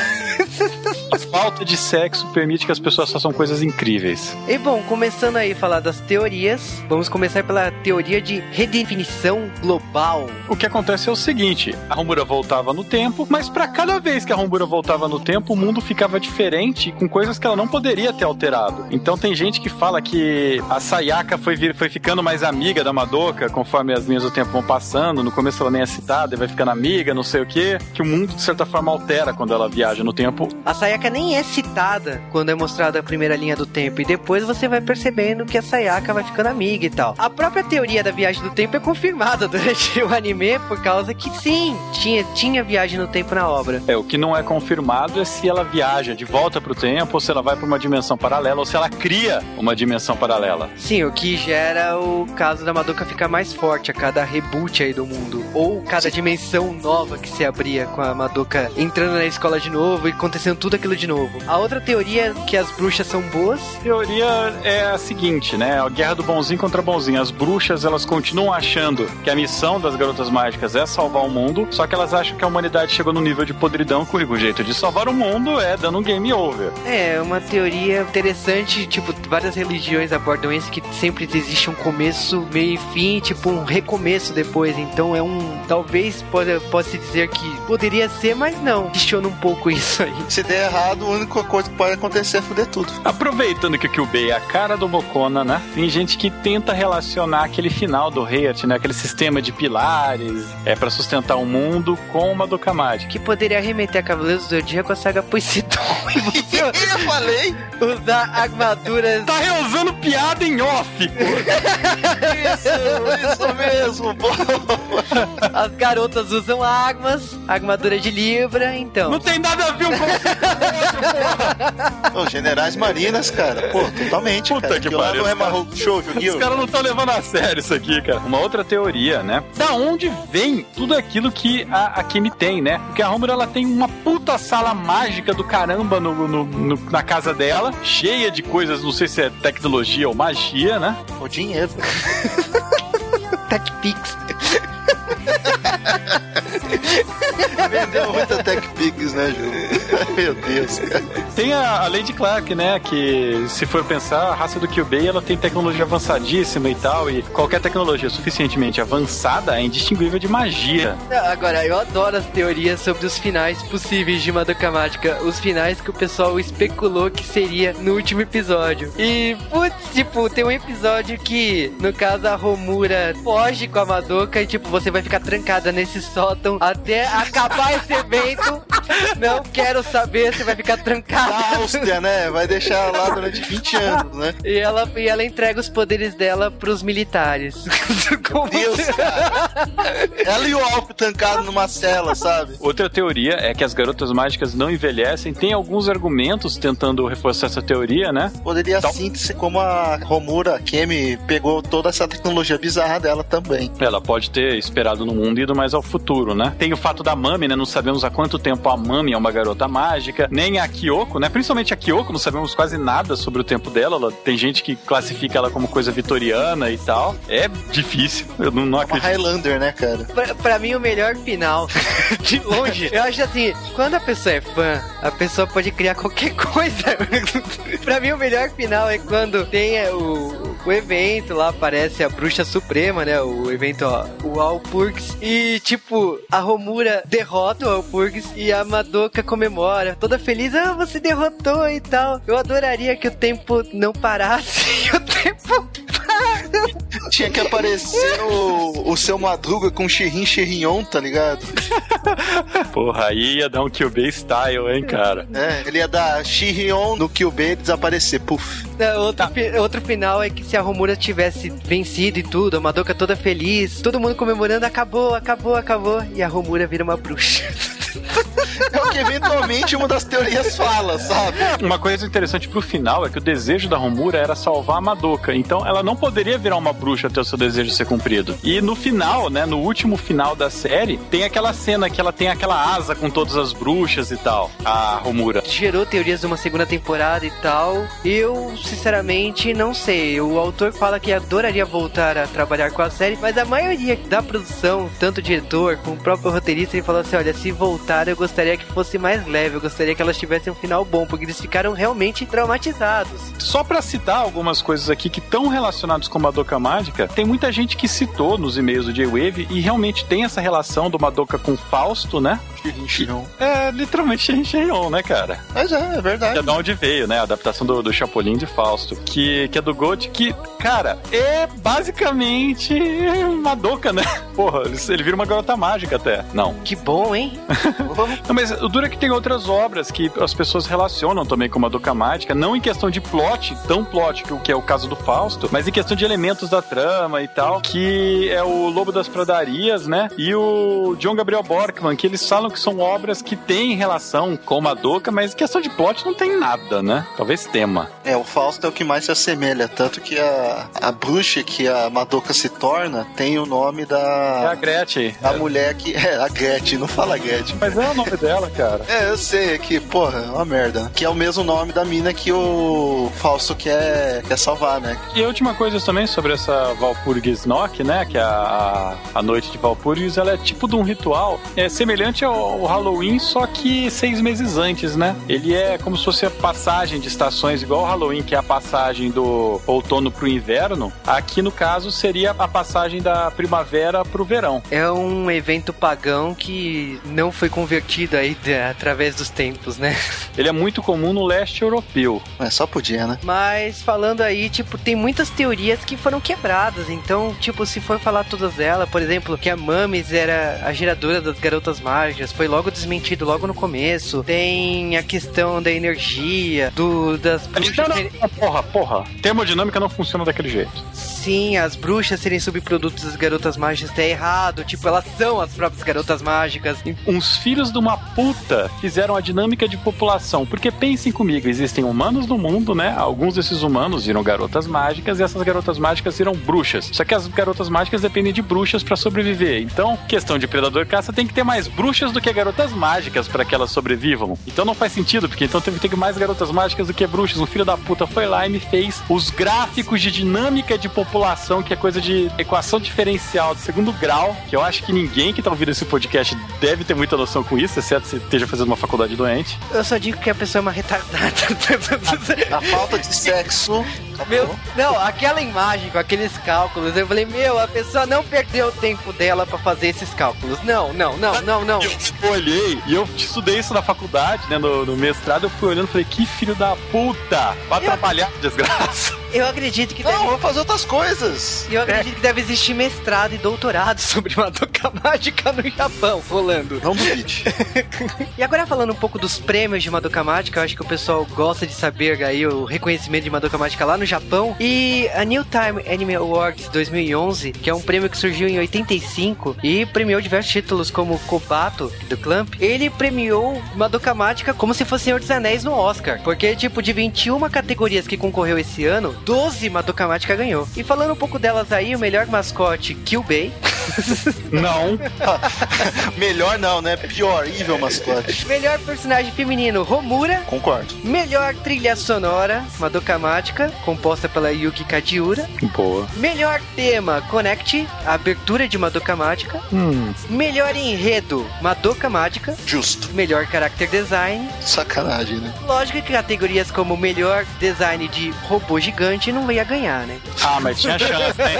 A falta de sexo permite que as pessoas façam coisas incríveis. E bom, começando aí a falar das teorias, vamos começar pela teoria de redefinição global. O que acontece é o seguinte: a Homura voltava no tempo, mas pra cada vez que a Homura voltava no tempo, o mundo ficava diferente, com coisas que ela não poderia ter alterado. Então tem gente que fala que a Sayaka foi, vir, foi ficando mais amiga da Madoka conforme as linhas do tempo vão passando. No começo ela nem é citada e vai ficando amiga, não sei o quê. Que o mundo, de certa forma, altera quando ela viaja no tempo. A Sayaka nem é citada quando é mostrada a primeira linha do tempo, e depois você vai percebendo que a Sayaka vai ficando amiga e tal. A própria teoria da viagem do tempo é confirmada durante o anime, por causa que sim, tinha, tinha viagem no tempo na obra. É, o que não é confirmado é se ela viaja de volta pro tempo, ou se ela vai pra uma dimensão paralela, ou se ela cria uma dimensão paralela. Sim, o que gera o caso da Madoka ficar mais forte a cada reboot aí do mundo, ou cada dimensão nova que se abria com a Madoka entrando na escola de novo e acontecendo tudo aquilo de novo. A outra teoria é que as bruxas são boas. A teoria é a seguinte, né? A guerra do bonzinho contra bonzinho. As bruxas, elas continuam achando que a missão das garotas mágicas é salvar o mundo, só que elas acham que a humanidade chegou no nível de podridão que o jeito de salvar o mundo é dando um game over. É, uma teoria interessante, tipo, várias religiões abordam isso, que sempre existe um começo, meio e fim, tipo um recomeço depois. Então é um, talvez pode, pode se dizer que poderia ser, mas não. Questiona um pouco isso aí. Se der errado, única coisa que pode acontecer é fuder tudo. Aproveitando que o Kyubey é a cara do Mokona, né? Tem gente que tenta relacionar aquele final do Heihachi, né? Aquele sistema de pilares é para sustentar o mundo com uma Madoka Mágica. Que poderia remeter a Cavaleiros do Zodíaco com a saga Poseidon. E você Eu falei! usar armaduras... Tá reusando piada em off, pô. Isso, isso mesmo, pô. As garotas usam armas, armadura de Libra, então... Não tem nada a ver um com Ô, Generais Marinas, cara. Pô, totalmente, Puta cara. que Aquilo lá pariu. não é Mahou Shoujo, Os Gil. caras não estão levando a sério isso aqui, cara. Uma outra teoria, né? Da onde vem tudo aquilo que a, a Kimi tem, né? Porque a Homura, ela tem uma puta sala mágica do caramba no, no, no, na casa dela, cheia de coisas, não sei se é tecnologia ou magia, né? O dinheiro. TechPix. Vendeu muita Tech Pigs, né, Ju? Meu Deus, cara. Tem a, a Lady Clark, né? Que, se for pensar, a raça do Kyubey, ela tem tecnologia avançadíssima e tal, e qualquer tecnologia suficientemente avançada é indistinguível de magia. Agora, eu adoro as teorias sobre os finais possíveis de Madoka Mágica. Os finais que o pessoal especulou que seria no último episódio. E, putz, tipo, tem um episódio que, no caso, a Homura foge com a Madoka e, tipo, você vai ficar trancada nesse sótão até acabar esse evento. Não quero saber, você vai ficar trancada. Da Áustria, né? Vai deixar lá durante vinte anos, né? E ela, e ela entrega os poderes dela pros militares. Meu Deus, cara. Ela e o Alp tancado numa cela, sabe? Outra teoria é que as garotas mágicas não envelhecem. Tem alguns argumentos tentando reforçar essa teoria, né? Poderia Então- sim ser como a Homura, a Kemi, pegou toda essa tecnologia bizarra dela também. Ela pode ter esperado no mundo e ido mais ao futuro, né? Tem o fato da Mami, né? Não sabemos há quanto tempo a Mami é uma garota mágica, nem a Kyoko, né? Principalmente a Kyoko, não sabemos quase nada sobre o tempo dela. Ela, tem gente que classifica ela como coisa vitoriana e tal. É difícil, eu não, não Uma acredito. Highlander, né, cara? Pra, pra mim, o melhor final, de longe, eu acho assim, quando a pessoa é fã, a pessoa pode criar qualquer coisa. Pra mim, o melhor final é quando tem é, o, o evento lá, aparece a Bruxa Suprema, né? O evento, ó, o Walpurgis. E, tipo, a Homura derrota o Walpurgis e a Madoka comemora, toda feliz. Ah, você derrotou e tal. Eu adoraria que o tempo não parasse e o tempo... Tinha que aparecer o, o seu Madruga com Xerrin Xerrinhon, tá ligado? Porra, aí ia dar um Kyubey style, hein, cara? É, ele ia dar Xerrion no Kyubey e desaparecer. Puf. É, outro, fi- outro final é que se a Homura tivesse vencido e tudo, a Madoka toda feliz, todo mundo comemorando, acabou, acabou, acabou, e a Homura vira uma bruxa. É o que eventualmente uma das teorias fala, sabe? Uma coisa interessante pro final é que o desejo da Homura era salvar a Madoka. Então ela não poderia virar uma bruxa até o seu desejo ser cumprido. E no final, né, no último final da série, tem aquela cena que ela tem aquela asa com todas as bruxas e tal, a Homura. Gerou teorias de uma segunda temporada e tal. Eu, sinceramente, não sei. O autor fala que adoraria voltar a trabalhar com a série, mas a maioria da produção, tanto o diretor como o próprio roteirista, ele falou assim, olha, se voltar eu gostaria que fosse mais leve, eu gostaria que elas tivessem um final bom, porque eles ficaram realmente traumatizados. Só pra citar algumas coisas aqui que estão relacionadas com Madoka Mágica, tem muita gente que citou nos e-mails do J-Wave e realmente tem essa relação do Madoka com Fausto, né? Xerrin Xerrinhon. É literalmente Xerrin Xerrinhon, né, cara? Mas é, é Que verdade. é de onde veio, né? A adaptação do, do Chapolin de Fausto. Que, que é do Gold, que, cara, é basicamente Madoka, né? Porra, ele, ele vira uma garota mágica até. Não. Que bom, hein? Não, mas o duro é que tem outras obras que as pessoas relacionam também com Madoka Mágica, não em questão de plot, tão plot que, que é o caso do Fausto, mas em questão de elementos da trama e tal, que é o Lobo das Pradarias, né? E o John Gabriel Borkman, que eles falam que são obras que têm relação com Madoka, mas em questão de plot não tem nada, né? Talvez tema. É, o Fausto é o que mais se assemelha, tanto que a, a bruxa que a Madoka se torna tem o nome É da... a Gretchen. A É. mulher que... É, a Gretchen, não fala Gretchen. Mas é o nome dela, cara. É, eu sei, que, porra, é uma merda. Que é o mesmo nome da mina que o Fausto quer, quer salvar, né? E a última coisa também sobre essa Walpurgis Nock, né? Que é a, a, a noite de Walpurgis, ela é tipo de um ritual é semelhante ao, o Halloween, só que seis meses antes, né? Ele é como se fosse a passagem de estações, igual o Halloween, que é a passagem do outono pro inverno. Aqui, no caso, seria a passagem da primavera pro verão. É um evento pagão que não foi convertido aí de, através dos tempos, né? Ele é muito comum no leste europeu. É, só podia, né? Mas falando aí, tipo, tem muitas teorias que foram quebradas. Então, tipo, se for falar todas elas, por exemplo, que a Mamis era a geradora das garotas mágicas, foi logo desmentido logo no começo. Tem a questão da energia, do, das bruxas... Não, não, porra, porra. Termodinâmica não funciona daquele jeito. Sim, as bruxas serem subprodutos das garotas mágicas é errado. Tipo, elas são as próprias garotas mágicas. Uns filhos de uma puta fizeram a dinâmica de população. Porque pensem comigo, existem humanos no mundo, né? Alguns desses humanos viram garotas mágicas e essas garotas mágicas viram bruxas. Só que as garotas mágicas dependem de bruxas pra sobreviver. Então, questão de predador-caça, tem que ter mais bruxas do que garotas mágicas pra que elas sobrevivam. Então não faz sentido, porque então teve que ter mais garotas mágicas do que bruxas. Um filho da puta foi lá e me fez os gráficos de dinâmica de população, que é coisa de equação diferencial de segundo grau, que eu acho que ninguém que tá ouvindo esse podcast deve ter muita noção com isso, exceto se esteja fazendo uma faculdade doente. Eu só digo que a pessoa é uma retardada. A, a falta de sexo... Meu, não, aquela imagem com aqueles cálculos, eu falei, meu, a pessoa não perdeu o tempo dela pra fazer esses cálculos. Não, não, não, não, não. Eu olhei e eu estudei isso na faculdade, né, no, no mestrado, eu fui olhando e falei, que filho da puta, vai eu... trabalhar, desgraça. Eu acredito que não, deve... vou fazer outras coisas. Eu acredito é. que deve existir mestrado e doutorado sobre Madoka Mágica no Japão, rolando. Não duvide. E agora falando um pouco dos prêmios de Madoka Mágica, eu acho que o pessoal gosta de saber aí o reconhecimento de Madoka Mágica lá no Japão. E a New Time Anime Awards dois mil e onze, que é um prêmio que surgiu em oitenta e cinco e premiou diversos títulos como Kobato, do Clamp, ele premiou Madoka Mágica como se fosse Senhor dos Anéis no Oscar. Porque, tipo, de vinte e uma categorias que concorreu esse ano, doze Madoka Mágica ganhou. E falando um pouco delas aí, o melhor mascote, Kyubey. Não. Melhor não, né? Pior, evil mascote. Melhor personagem feminino, Homura. Concordo. Melhor trilha sonora, Madoka Mágica, composta pela Yuki Kajiura. Boa. Melhor tema, Connect, a abertura de Madoka Mágica. Hum. Melhor enredo, Madoka Mágica. Justo. Melhor character design. Sacanagem, né? Lógico que categorias como melhor design de robô gigante não ia ganhar, né? Ah, mas tinha chance, né?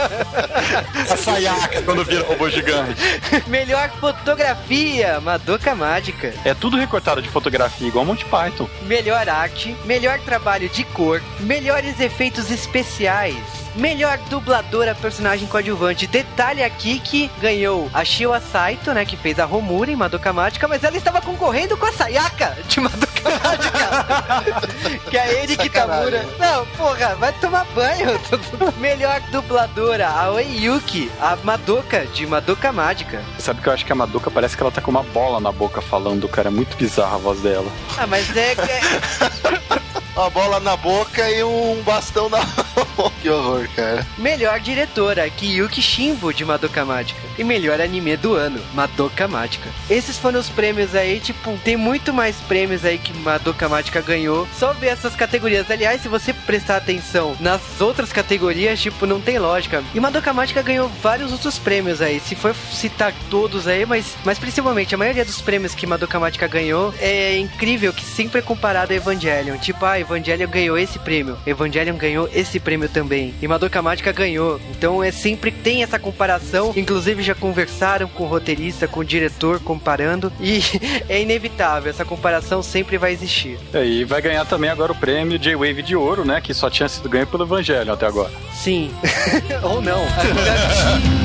A Sayaka quando vira robô gigante. Melhor fotografia, Madoka Mágica. É tudo recortado de fotografia, igual Monty Python. Melhor arte, melhor trabalho de cor, melhores efeitos especiais, melhor dubladora personagem coadjuvante. Detalhe aqui que ganhou a Shiwa Saito, né, que fez a Homura em Madoka Mágica, mas ela estava concorrendo com a Sayaka de Madoka Mágica. Que é a Eri Kitamura. Não, porra, vai tomar banho. Melhor dubladora, a Oiyuki, a Madoka de Madoka Mágica. Sabe que eu acho que a Madoka parece que ela tá com uma bola na boca falando, cara. É muito bizarra a voz dela. Ah, mas é... é... Uma bola na boca e um bastão na mão. Que horror, cara. Melhor diretora, Kiyuki Shimbo, de Madoka Mágica. E melhor anime do ano, Madoka Mágica. Esses foram os prêmios aí, tipo, tem muito mais prêmios aí que Madoka Mágica ganhou. Só ver essas categorias. Aliás, se você prestar atenção nas outras categorias, tipo, não tem lógica. E Madoka Mágica ganhou vários outros prêmios aí. Se for citar todos aí, mas, mas principalmente a maioria dos prêmios que Madoka Mágica ganhou é incrível que sempre é comparado a Evangelion. Tipo, ah, Evangelion ganhou esse prêmio, Evangelion ganhou esse prêmio também, e Madoka Mágica ganhou. Então é sempre tem essa comparação. Inclusive já conversaram com o roteirista, com o diretor, comparando, e é inevitável, essa comparação sempre vai existir. É, e vai ganhar também agora o prêmio J-Wave de ouro, né, que só tinha sido ganho pelo Evangelion até agora. Sim. Ou não.